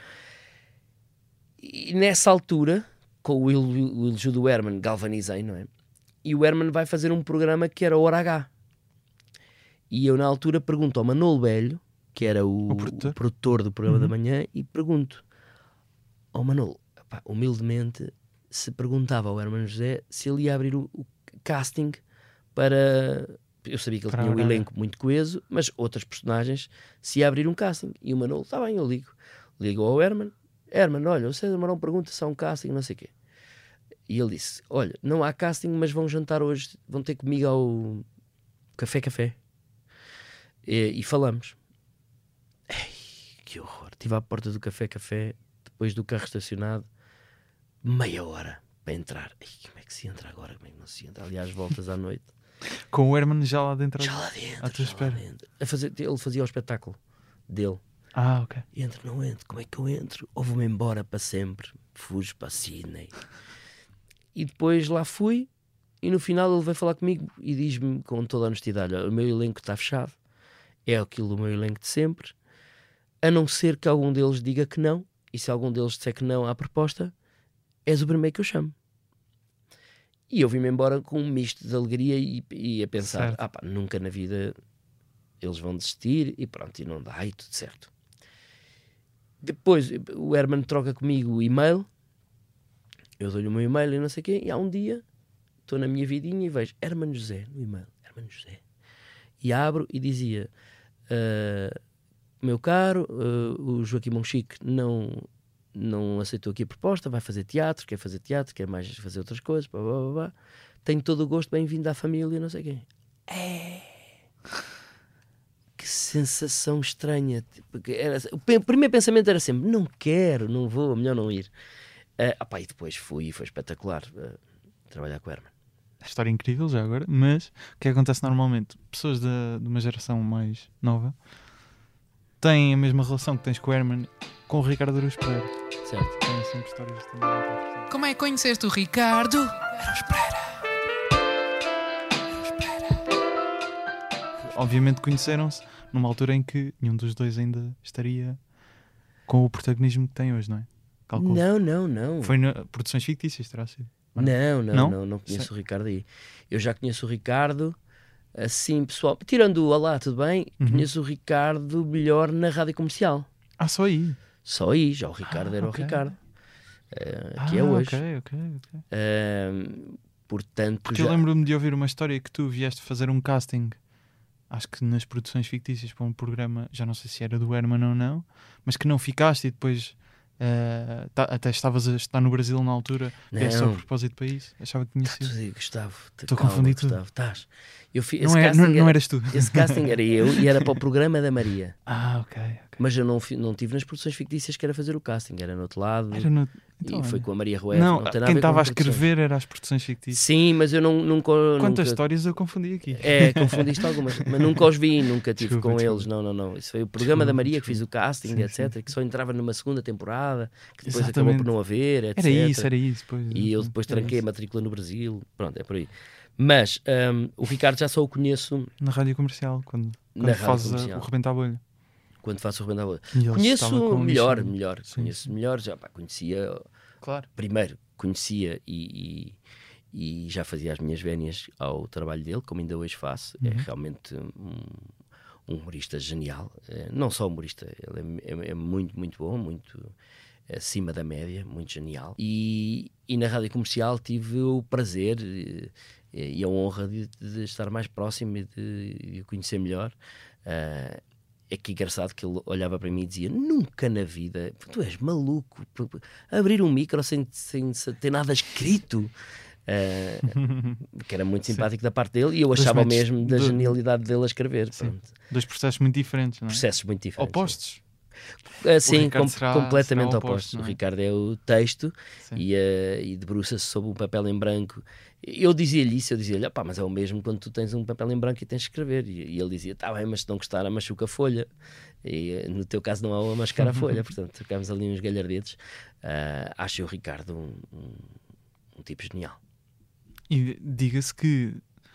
E nessa altura, com o elogio do Herman, galvanizei, não é? E o Herman vai fazer um programa que era Hora H. E eu, na altura, pergunto ao Manolo Velho, que era o produtor do programa da manhã, e pergunto ao Manolo, humildemente, se perguntava ao Herman José se ele ia abrir o casting para... Eu sabia que ele tinha um elenco muito coeso, mas outras personagens se ia abrir um casting. E o Manolo, está bem, eu ligo. Ligo ao Herman, olha, o César Mourão pergunta se há um casting, não sei o quê. E ele disse, olha, não há casting, mas vão jantar hoje, vão ter comigo ao Café. E falamos. Que horror. Estive à porta do Café, depois do carro estacionado, meia hora para entrar. Como é que se entra agora? Como é que não se entra? Aliás, voltas à noite. Com o Herman já lá dentro? Já lá dentro. À tua espera. Ele fazia o espetáculo dele. Ok. Entro, não entro. Como é que eu entro? Ou vou-me embora para sempre. Fujo para Sydney. E depois lá fui. E no final ele veio falar comigo e diz-me com toda a honestidade, olha, o meu elenco está fechado. É aquilo do meu elenco de sempre. a não ser que algum deles diga que não, e se algum deles disser que não à proposta, és o primeiro que eu chamo. E eu vim-me embora com um misto de alegria e a pensar, Certo. nunca na vida eles vão desistir, e pronto, e não dá, e tudo certo. Depois o Herman troca comigo o e-mail, eu dou-lhe o meu e-mail e não sei o quê, e há um dia estou na minha vidinha e vejo Herman José no e-mail, Herman José, e abro e dizia: meu caro, o Joaquim Monchique não aceitou aqui a proposta, vai fazer teatro, quer mais fazer outras coisas, blá, blá, blá, blá. Tenho todo o gosto, bem-vindo à família, não sei quem. Que sensação estranha. O primeiro pensamento era sempre: não quero, não vou, melhor não ir. E depois fui e foi espetacular trabalhar com o Herman. História incrível já agora, mas o que acontece normalmente? Pessoas de uma geração mais nova têm a mesma relação que tens com o Herman com o Ricardo Araújo Pereira. Certo. Têm sempre histórias também muito interessantes. Como é que conheceste o Ricardo? Araújo Pereira. Obviamente conheceram-se numa altura em que nenhum dos dois ainda estaria com o protagonismo que tem hoje, não é? Calculo. Não. Foi na Produções Fictícias, terá sido? Não conheço o Ricardo aí. Eu já conheço o Ricardo, assim, pessoal, tirando o Olá, tudo bem, conheço o Ricardo melhor na rádio comercial. Só aí? Só aí, já o Ricardo era ok. o Ricardo. Que é hoje. Ok. Portanto, Porque já... eu lembro-me de ouvir uma história que tu vieste fazer um casting, acho que nas Produções Fictícias, para um programa, já não sei se era do Herman ou não, mas que não ficaste e depois até estavas a estar no Brasil na altura, vieste só a propósito para isso. Achava que tinha sido. Gustavo, Estou confundido tudo. Estás. Eu fiz, Não eras tu. Esse casting era eu e era para o programa da Maria. Ok. Mas eu não tive nas Produções Fictícias que era fazer o casting, era no outro lado. Então, e foi com a Maria Rueff. Não, tem nada quem ver com estava a produções. escrever era as Produções Fictícias. Sim, mas eu nunca... Quantas histórias eu confundi aqui? Confundiste algumas, mas nunca os vi, nunca tive Desculpa, com eles. Não. Isso foi o programa da Maria que fiz o casting, Sim, etc. Que só entrava numa segunda temporada, que depois Exatamente. acabou por não haver, etc. Era isso. Pois, E eu depois era tranquei a isso. matrícula no Brasil. Pronto, é por aí. Mas o Ricardo já só o conheço Na rádio comercial, quando na rádio fazes comercial, o Rebenta à Bolha. quando faço o Rebento à Bolha. E ele estava com Conheço o melhor. Sim, Conheço sim. melhor. Já conhecia. Claro. Primeiro conhecia e já fazia as minhas vénias ao trabalho dele, como ainda hoje faço. É realmente um humorista genial. Não só humorista, ele é muito, muito bom, muito acima da média, muito genial. E na rádio comercial tive o prazer e a honra de estar mais próximo e de o conhecer melhor. É que engraçado que ele olhava para mim e dizia: nunca na vida, tu és maluco, abrir um micro sem ter nada escrito. Que era muito simpático da parte dele, e eu achava o mesmo da genialidade dele a escrever. Dois processos muito diferentes, não é? Processos muito diferentes. Opostos. Sim, completamente será opostos. não é? O Ricardo é o texto e debruça-se sobre um papel em branco. Eu dizia-lhe isso, mas é o mesmo quando tu tens um papel em branco e tens de escrever. E ele dizia: tá bem, mas se não gostar, machuca a folha. E no teu caso não há a mascar a folha. Portanto, trocámos ali uns galhardetes. Acho o Ricardo um tipo genial. E diga-se que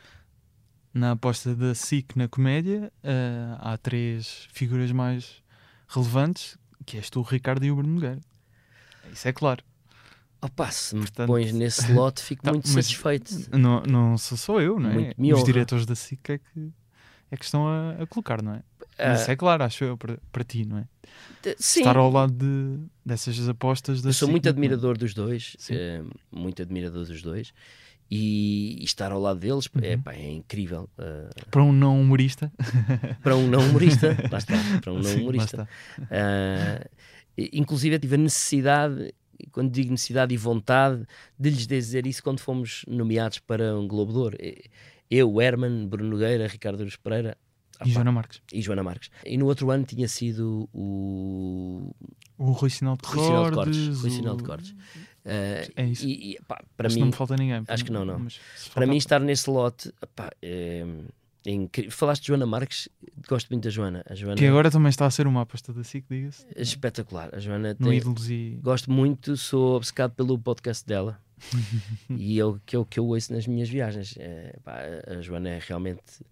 na aposta da SIC na comédia há 3 figuras mais relevantes, que és tu, o Ricardo e o Bruno Nogueira. Isso é claro. Se me Portanto, pões nesse lote, fico muito satisfeito. Não sou só eu, não é? Muito me Os honra. diretores da SIC é que estão a colocar, não é? Mas isso é claro, acho eu, para ti, não é? Sim. Estar ao lado dessas apostas da Eu sou SIC, muito admirador dos dois, Sim. muito admirador dos dois, e estar ao lado deles é incrível. Para um não humorista. Para um não humorista, lá está, para um não Sim, lá humorista. está. Inclusive eu tive a necessidade, quando digo necessidade e vontade, de lhes dizer isso quando fomos nomeados para um Globo de Ouro. Eu, Herman, Bruno Nogueira, Ricardo Araújo Pereira E Joana Marques. e Joana Marques. E no outro ano tinha sido o Rui Sinal de Rui Sinal de Cortes. Cortes. Rui Sinal de Cortes. É isso. Para Acho que mim, não me falta ninguém. acho que não. Mas se para mim faltar- estar nesse lote, é incrível. Falaste de Joana Marques, gosto muito da Joana. A Joana Que agora também está a ser uma aposta da SIC, diga-se. é espetacular. A Joana No tem... Ídolos e... Gosto muito, sou obcecado pelo podcast dela. E é o que eu ouço nas minhas viagens. A Joana é realmente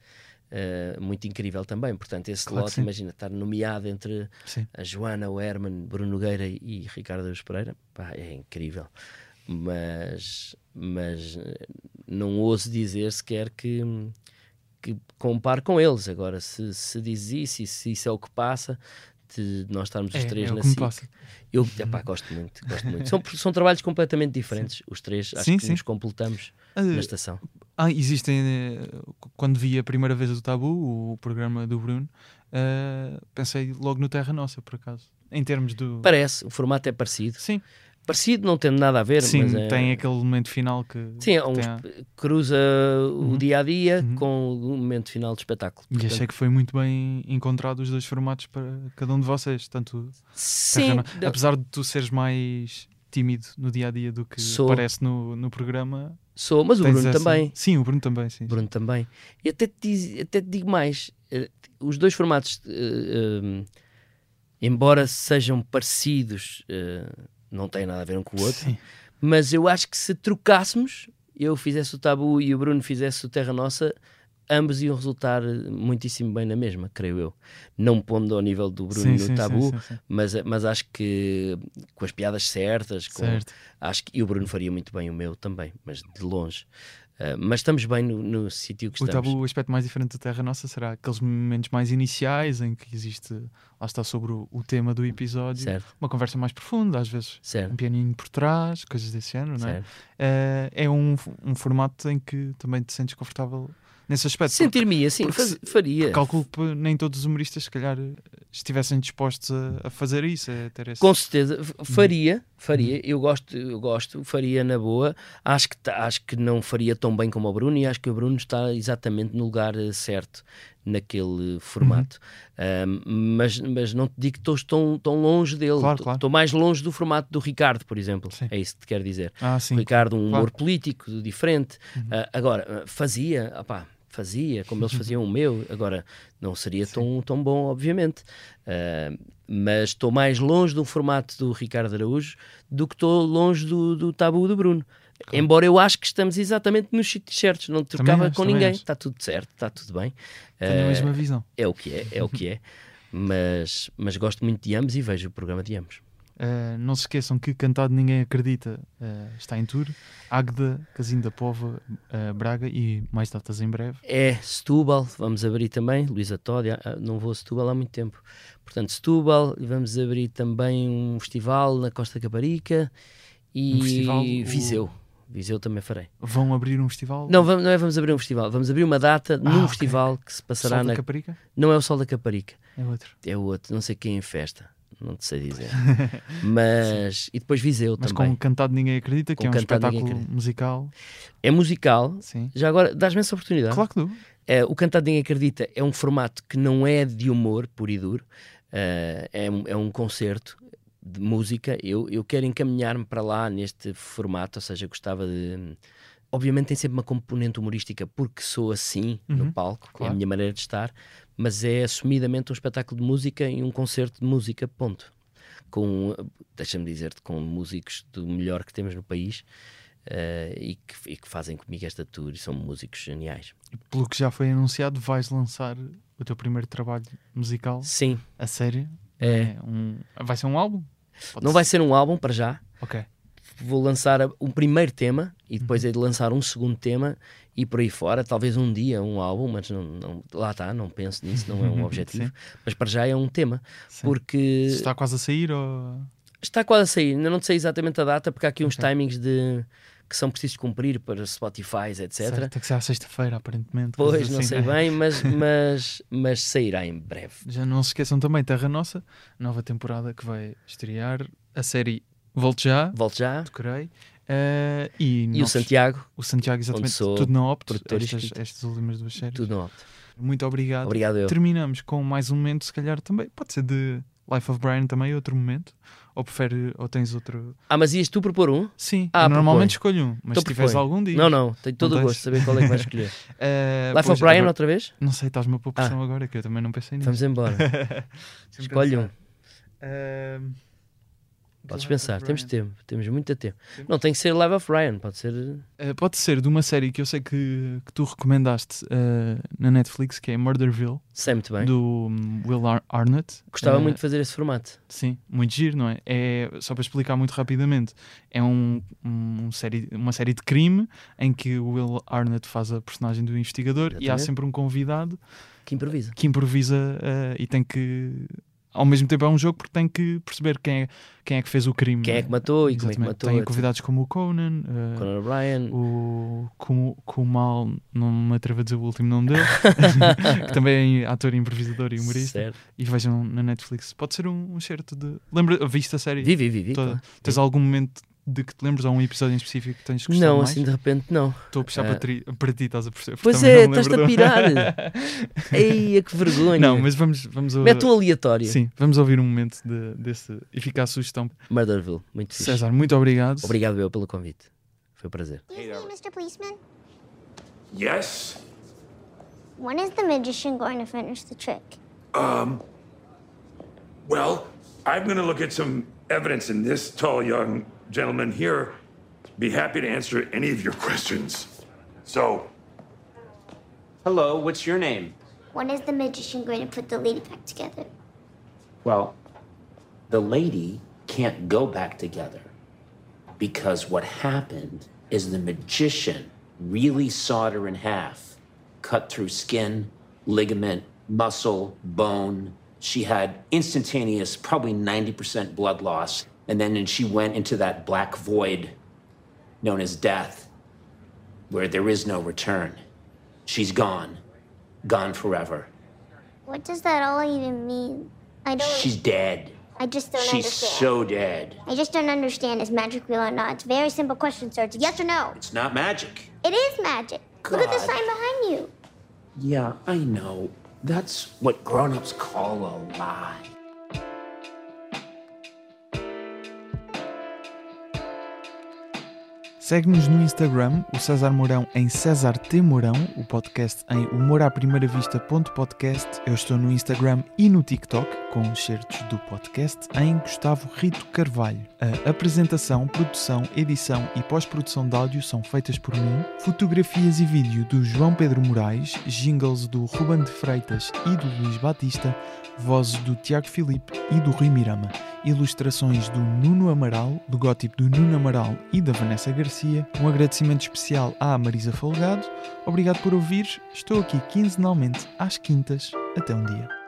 muito incrível também. Portanto, esse Claro que lote, sim. imagina, estar nomeado entre Sim. a Joana, o Herman, Bruno Nogueira e Ricardo Araújo Pereira, pá, é incrível. Mas não ouso dizer sequer que compare com eles. Agora, se diz isso e se isso é o que passa, de nós estarmos os três é o na que me SIC, passa. eu gosto muito. São trabalhos completamente diferentes. Os três, acho Sim, que sim. nos completamos Ah, na estação. Existem, quando vi a primeira vez o Tabu, o programa do Bruno, pensei logo no Terra Nossa, por acaso. Em termos do... Parece, o formato é parecido. Sim, Parecido, não tendo nada a ver, sim, mas é... tem aquele momento final que... Sim, que tem cruza o dia-a-dia Uhum. com o momento final do espetáculo. E achei que foi muito bem encontrado os dois formatos para cada um de vocês. Tanto Sim, apesar de tu seres mais tímido no dia-a-dia do que Sou. parece no programa... sou, mas o tens Bruno essa- também. Sim, o Bruno também, sim. Bruno também. E até te digo mais, os dois formatos, embora sejam parecidos, não têm nada a ver um com o outro, Sim. mas eu acho que se trocássemos, eu fizesse o Tabu e o Bruno fizesse o Terra Nossa, ambos iam resultar muitíssimo bem na mesma, creio eu. Não pondo ao nível do Bruno Sim, no sim, Tabu, sim, sim, sim. mas acho que com as piadas certas, Certo. e o Bruno faria muito bem o meu também, mas de longe. Mas estamos bem no sítio que O estamos. Tabu, o aspecto mais diferente do Terra Nossa será aqueles momentos mais iniciais em que existe, lá está, sobre o tema do episódio, Certo, uma conversa mais profunda, às vezes certo, um pianinho por trás, coisas desse género, não é? certo. É um formato em que também te sentes confortável nesse aspecto. Sentir-me assim, porque faria. Calculo que nem todos os humoristas, se calhar, estivessem dispostos a fazer isso, a ter esse... Com certeza, faria. Eu gosto, faria na boa. Acho que não faria tão bem como o Bruno, e acho que o Bruno está exatamente no lugar certo naquele formato. Mas não te digo que estou tão longe dele. Claro, Estou claro. mais longe do formato do Ricardo, por exemplo. Sim. É isso que te quero dizer. Sim. O Ricardo, um humor claro. político diferente. Agora, fazia, como eles faziam o meu. Agora, não seria tão bom, obviamente. Mas estou mais longe do formato do Ricardo Araújo do que estou longe do Tabu do Bruno. Claro. Embora eu acho que estamos exatamente nos sítios certos, não trocava acho, com também ninguém. acho. Está tudo certo, está tudo bem. Tenho a mesma visão. É o que é. Mas gosto muito de ambos e vejo o programa de ambos. Não se esqueçam que Cantado Ninguém Acredita está em tour. Águeda, Casinho da Pova, Braga e mais datas em breve. É Setúbal, vamos abrir também. Luísa Todi, não vou a Setúbal há muito tempo. Portanto, Setúbal, e vamos abrir também um festival na Costa Caparica e Um festival, Viseu. Viseu também farei. Vão abrir um festival? Não é vamos abrir um festival, vamos abrir uma data num ok. festival que se passará Sol da na. Caparica? Não é o Sol da Caparica, É outro. é o outro, não sei quem em festa, não te sei dizer. Mas. E depois Viseu Mas também. com Cantado Ninguém Acredita, que Com é um Cantado Ninguém espetáculo Acredita. musical. É musical. Sim. Já agora, dás-me essa oportunidade. Claro que dou. O Cantado Ninguém Acredita é um formato que não é de humor puro e duro, é um concerto de música. Eu quero encaminhar-me para lá neste formato, ou seja, gostava de... Obviamente tem sempre uma componente humorística, porque sou assim no palco, claro. é a minha maneira de estar, mas é assumidamente um espetáculo de música e um concerto de música, ponto. Deixa-me dizer-te, com músicos do melhor que temos no país, e que fazem comigo esta tour, e são músicos geniais. E pelo que já foi anunciado, vais lançar o teu primeiro trabalho musical Sim, a sério. Vai ser um álbum? não vai ser um álbum para já. Ok. Vou lançar um primeiro tema e depois é de lançar um segundo tema e por aí fora, talvez um dia um álbum, mas não, lá está, não penso nisso, não é um objetivo, Sim. mas para já é um tema, Sim. porque Está quase a sair ou... está quase a sair, ainda não sei exatamente a data, porque há aqui uns Ok. timings que são precisos cumprir para Spotify, etc. Certo, tem que ser à sexta-feira, aparentemente. Pois, coisas não assim, sei né? bem, mas sairá em breve. Já não se esqueçam também, Terra Nossa, nova temporada que vai estrear. A série Volte Já, Volto já. decorei. E o novos- Santiago, O Santiago, exatamente. sou Tudo na Opto, produtor e escritor. estas últimas duas séries. tudo no opto. Muito obrigado. Obrigado eu. Terminamos com mais um momento, se calhar também. Pode ser de Life of Brian também, outro momento. Ou tens outro... Mas ias tu propor um? Sim, Ah, eu normalmente propõe. escolho um, mas Então se tiveres propõe. algum, diz. Não, tenho todo o tens? gosto de saber qual é que vais escolher. Life Pois, of Brian agora- outra vez? Não sei, estás-me a pôr pressão agora, que eu também não pensei nisso. Vamos embora. Deixa-me Escolhe um. pensar. Podes pensar, temos tempo, temos muito tempo. Não tem que ser Life of Ryan, pode ser... Pode ser de uma série que eu sei que tu recomendaste na Netflix, que é Murderville, Sei muito bem. do Will Arnett. Gostava muito de fazer esse formato. Sim, muito giro, não é? Só para explicar muito rapidamente, é uma série de crime em que o Will Arnett faz a personagem do investigador. Exatamente. E há sempre um convidado que improvisa e tem que... Ao mesmo tempo é um jogo porque tem que perceber quem é que fez o crime. Quem é que matou e como é que matou. Tem convidados como o Conan O'Brien, o Kumal, não me atrevo a dizer o último nome dele, que também é ator, improvisador e humorista. Certo. E vejam na Netflix. Pode ser um certo de... Viste a série? Vi. Claro. Tens algum momento de que te lembres ou um episódio em específico que tens gostado mais? Não, assim de repente não. Estou a puxar para ti, estás a perceber? Pois é, estás-te a pirar. Eia, que vergonha. Não, mas vamos mete um aleatório. Sim, vamos ouvir um momento desse e ficar a sugestão. Murderville, muito fixe. César, muito obrigado. Obrigado eu pelo convite. Foi um prazer. Excuse me, Mr. Policeman. Yes? When is the magician going to finish the trick? Well, I'm going to look at some evidence, and this tall young gentleman here be happy to answer any of your questions. So... Hello, what's your name? When is the magician going to put the lady back together? Well, the lady can't go back together because what happened is the magician really sawed her in half, cut through skin, ligament, muscle, bone. She had instantaneous, probably 90% blood loss. And then she went into that black void known as death, where there is no return. She's gone. Gone forever. What does that all even mean? She's dead. I just don't understand. She's so dead. I just don't understand. Is magic real or not? It's a very simple question, sir. It's a yes or no. It's not magic. It is magic. God. Look at the sign behind you. Yeah, I know. That's what grown-ups call a lie. Segue-nos no Instagram, o César Mourão em César T. Mourão, o podcast em humoraprimeira-vista.podcast. Eu estou no Instagram e no TikTok, com excertos do podcast, em Gustavo Rito Carvalho. A apresentação, produção, edição e pós-produção de áudio são feitas por mim, fotografias e vídeo do João Pedro Moraes, jingles do Ruben de Freitas e do Luís Batista, vozes do Tiago Filipe e do Rui Mirama, ilustrações do Nuno Amaral, do Gótipo do Nuno Amaral e da Vanessa Garcia. Um agradecimento especial à Marisa Folgado. Obrigado por ouvir. Estou aqui quinzenalmente às quintas. Até um dia.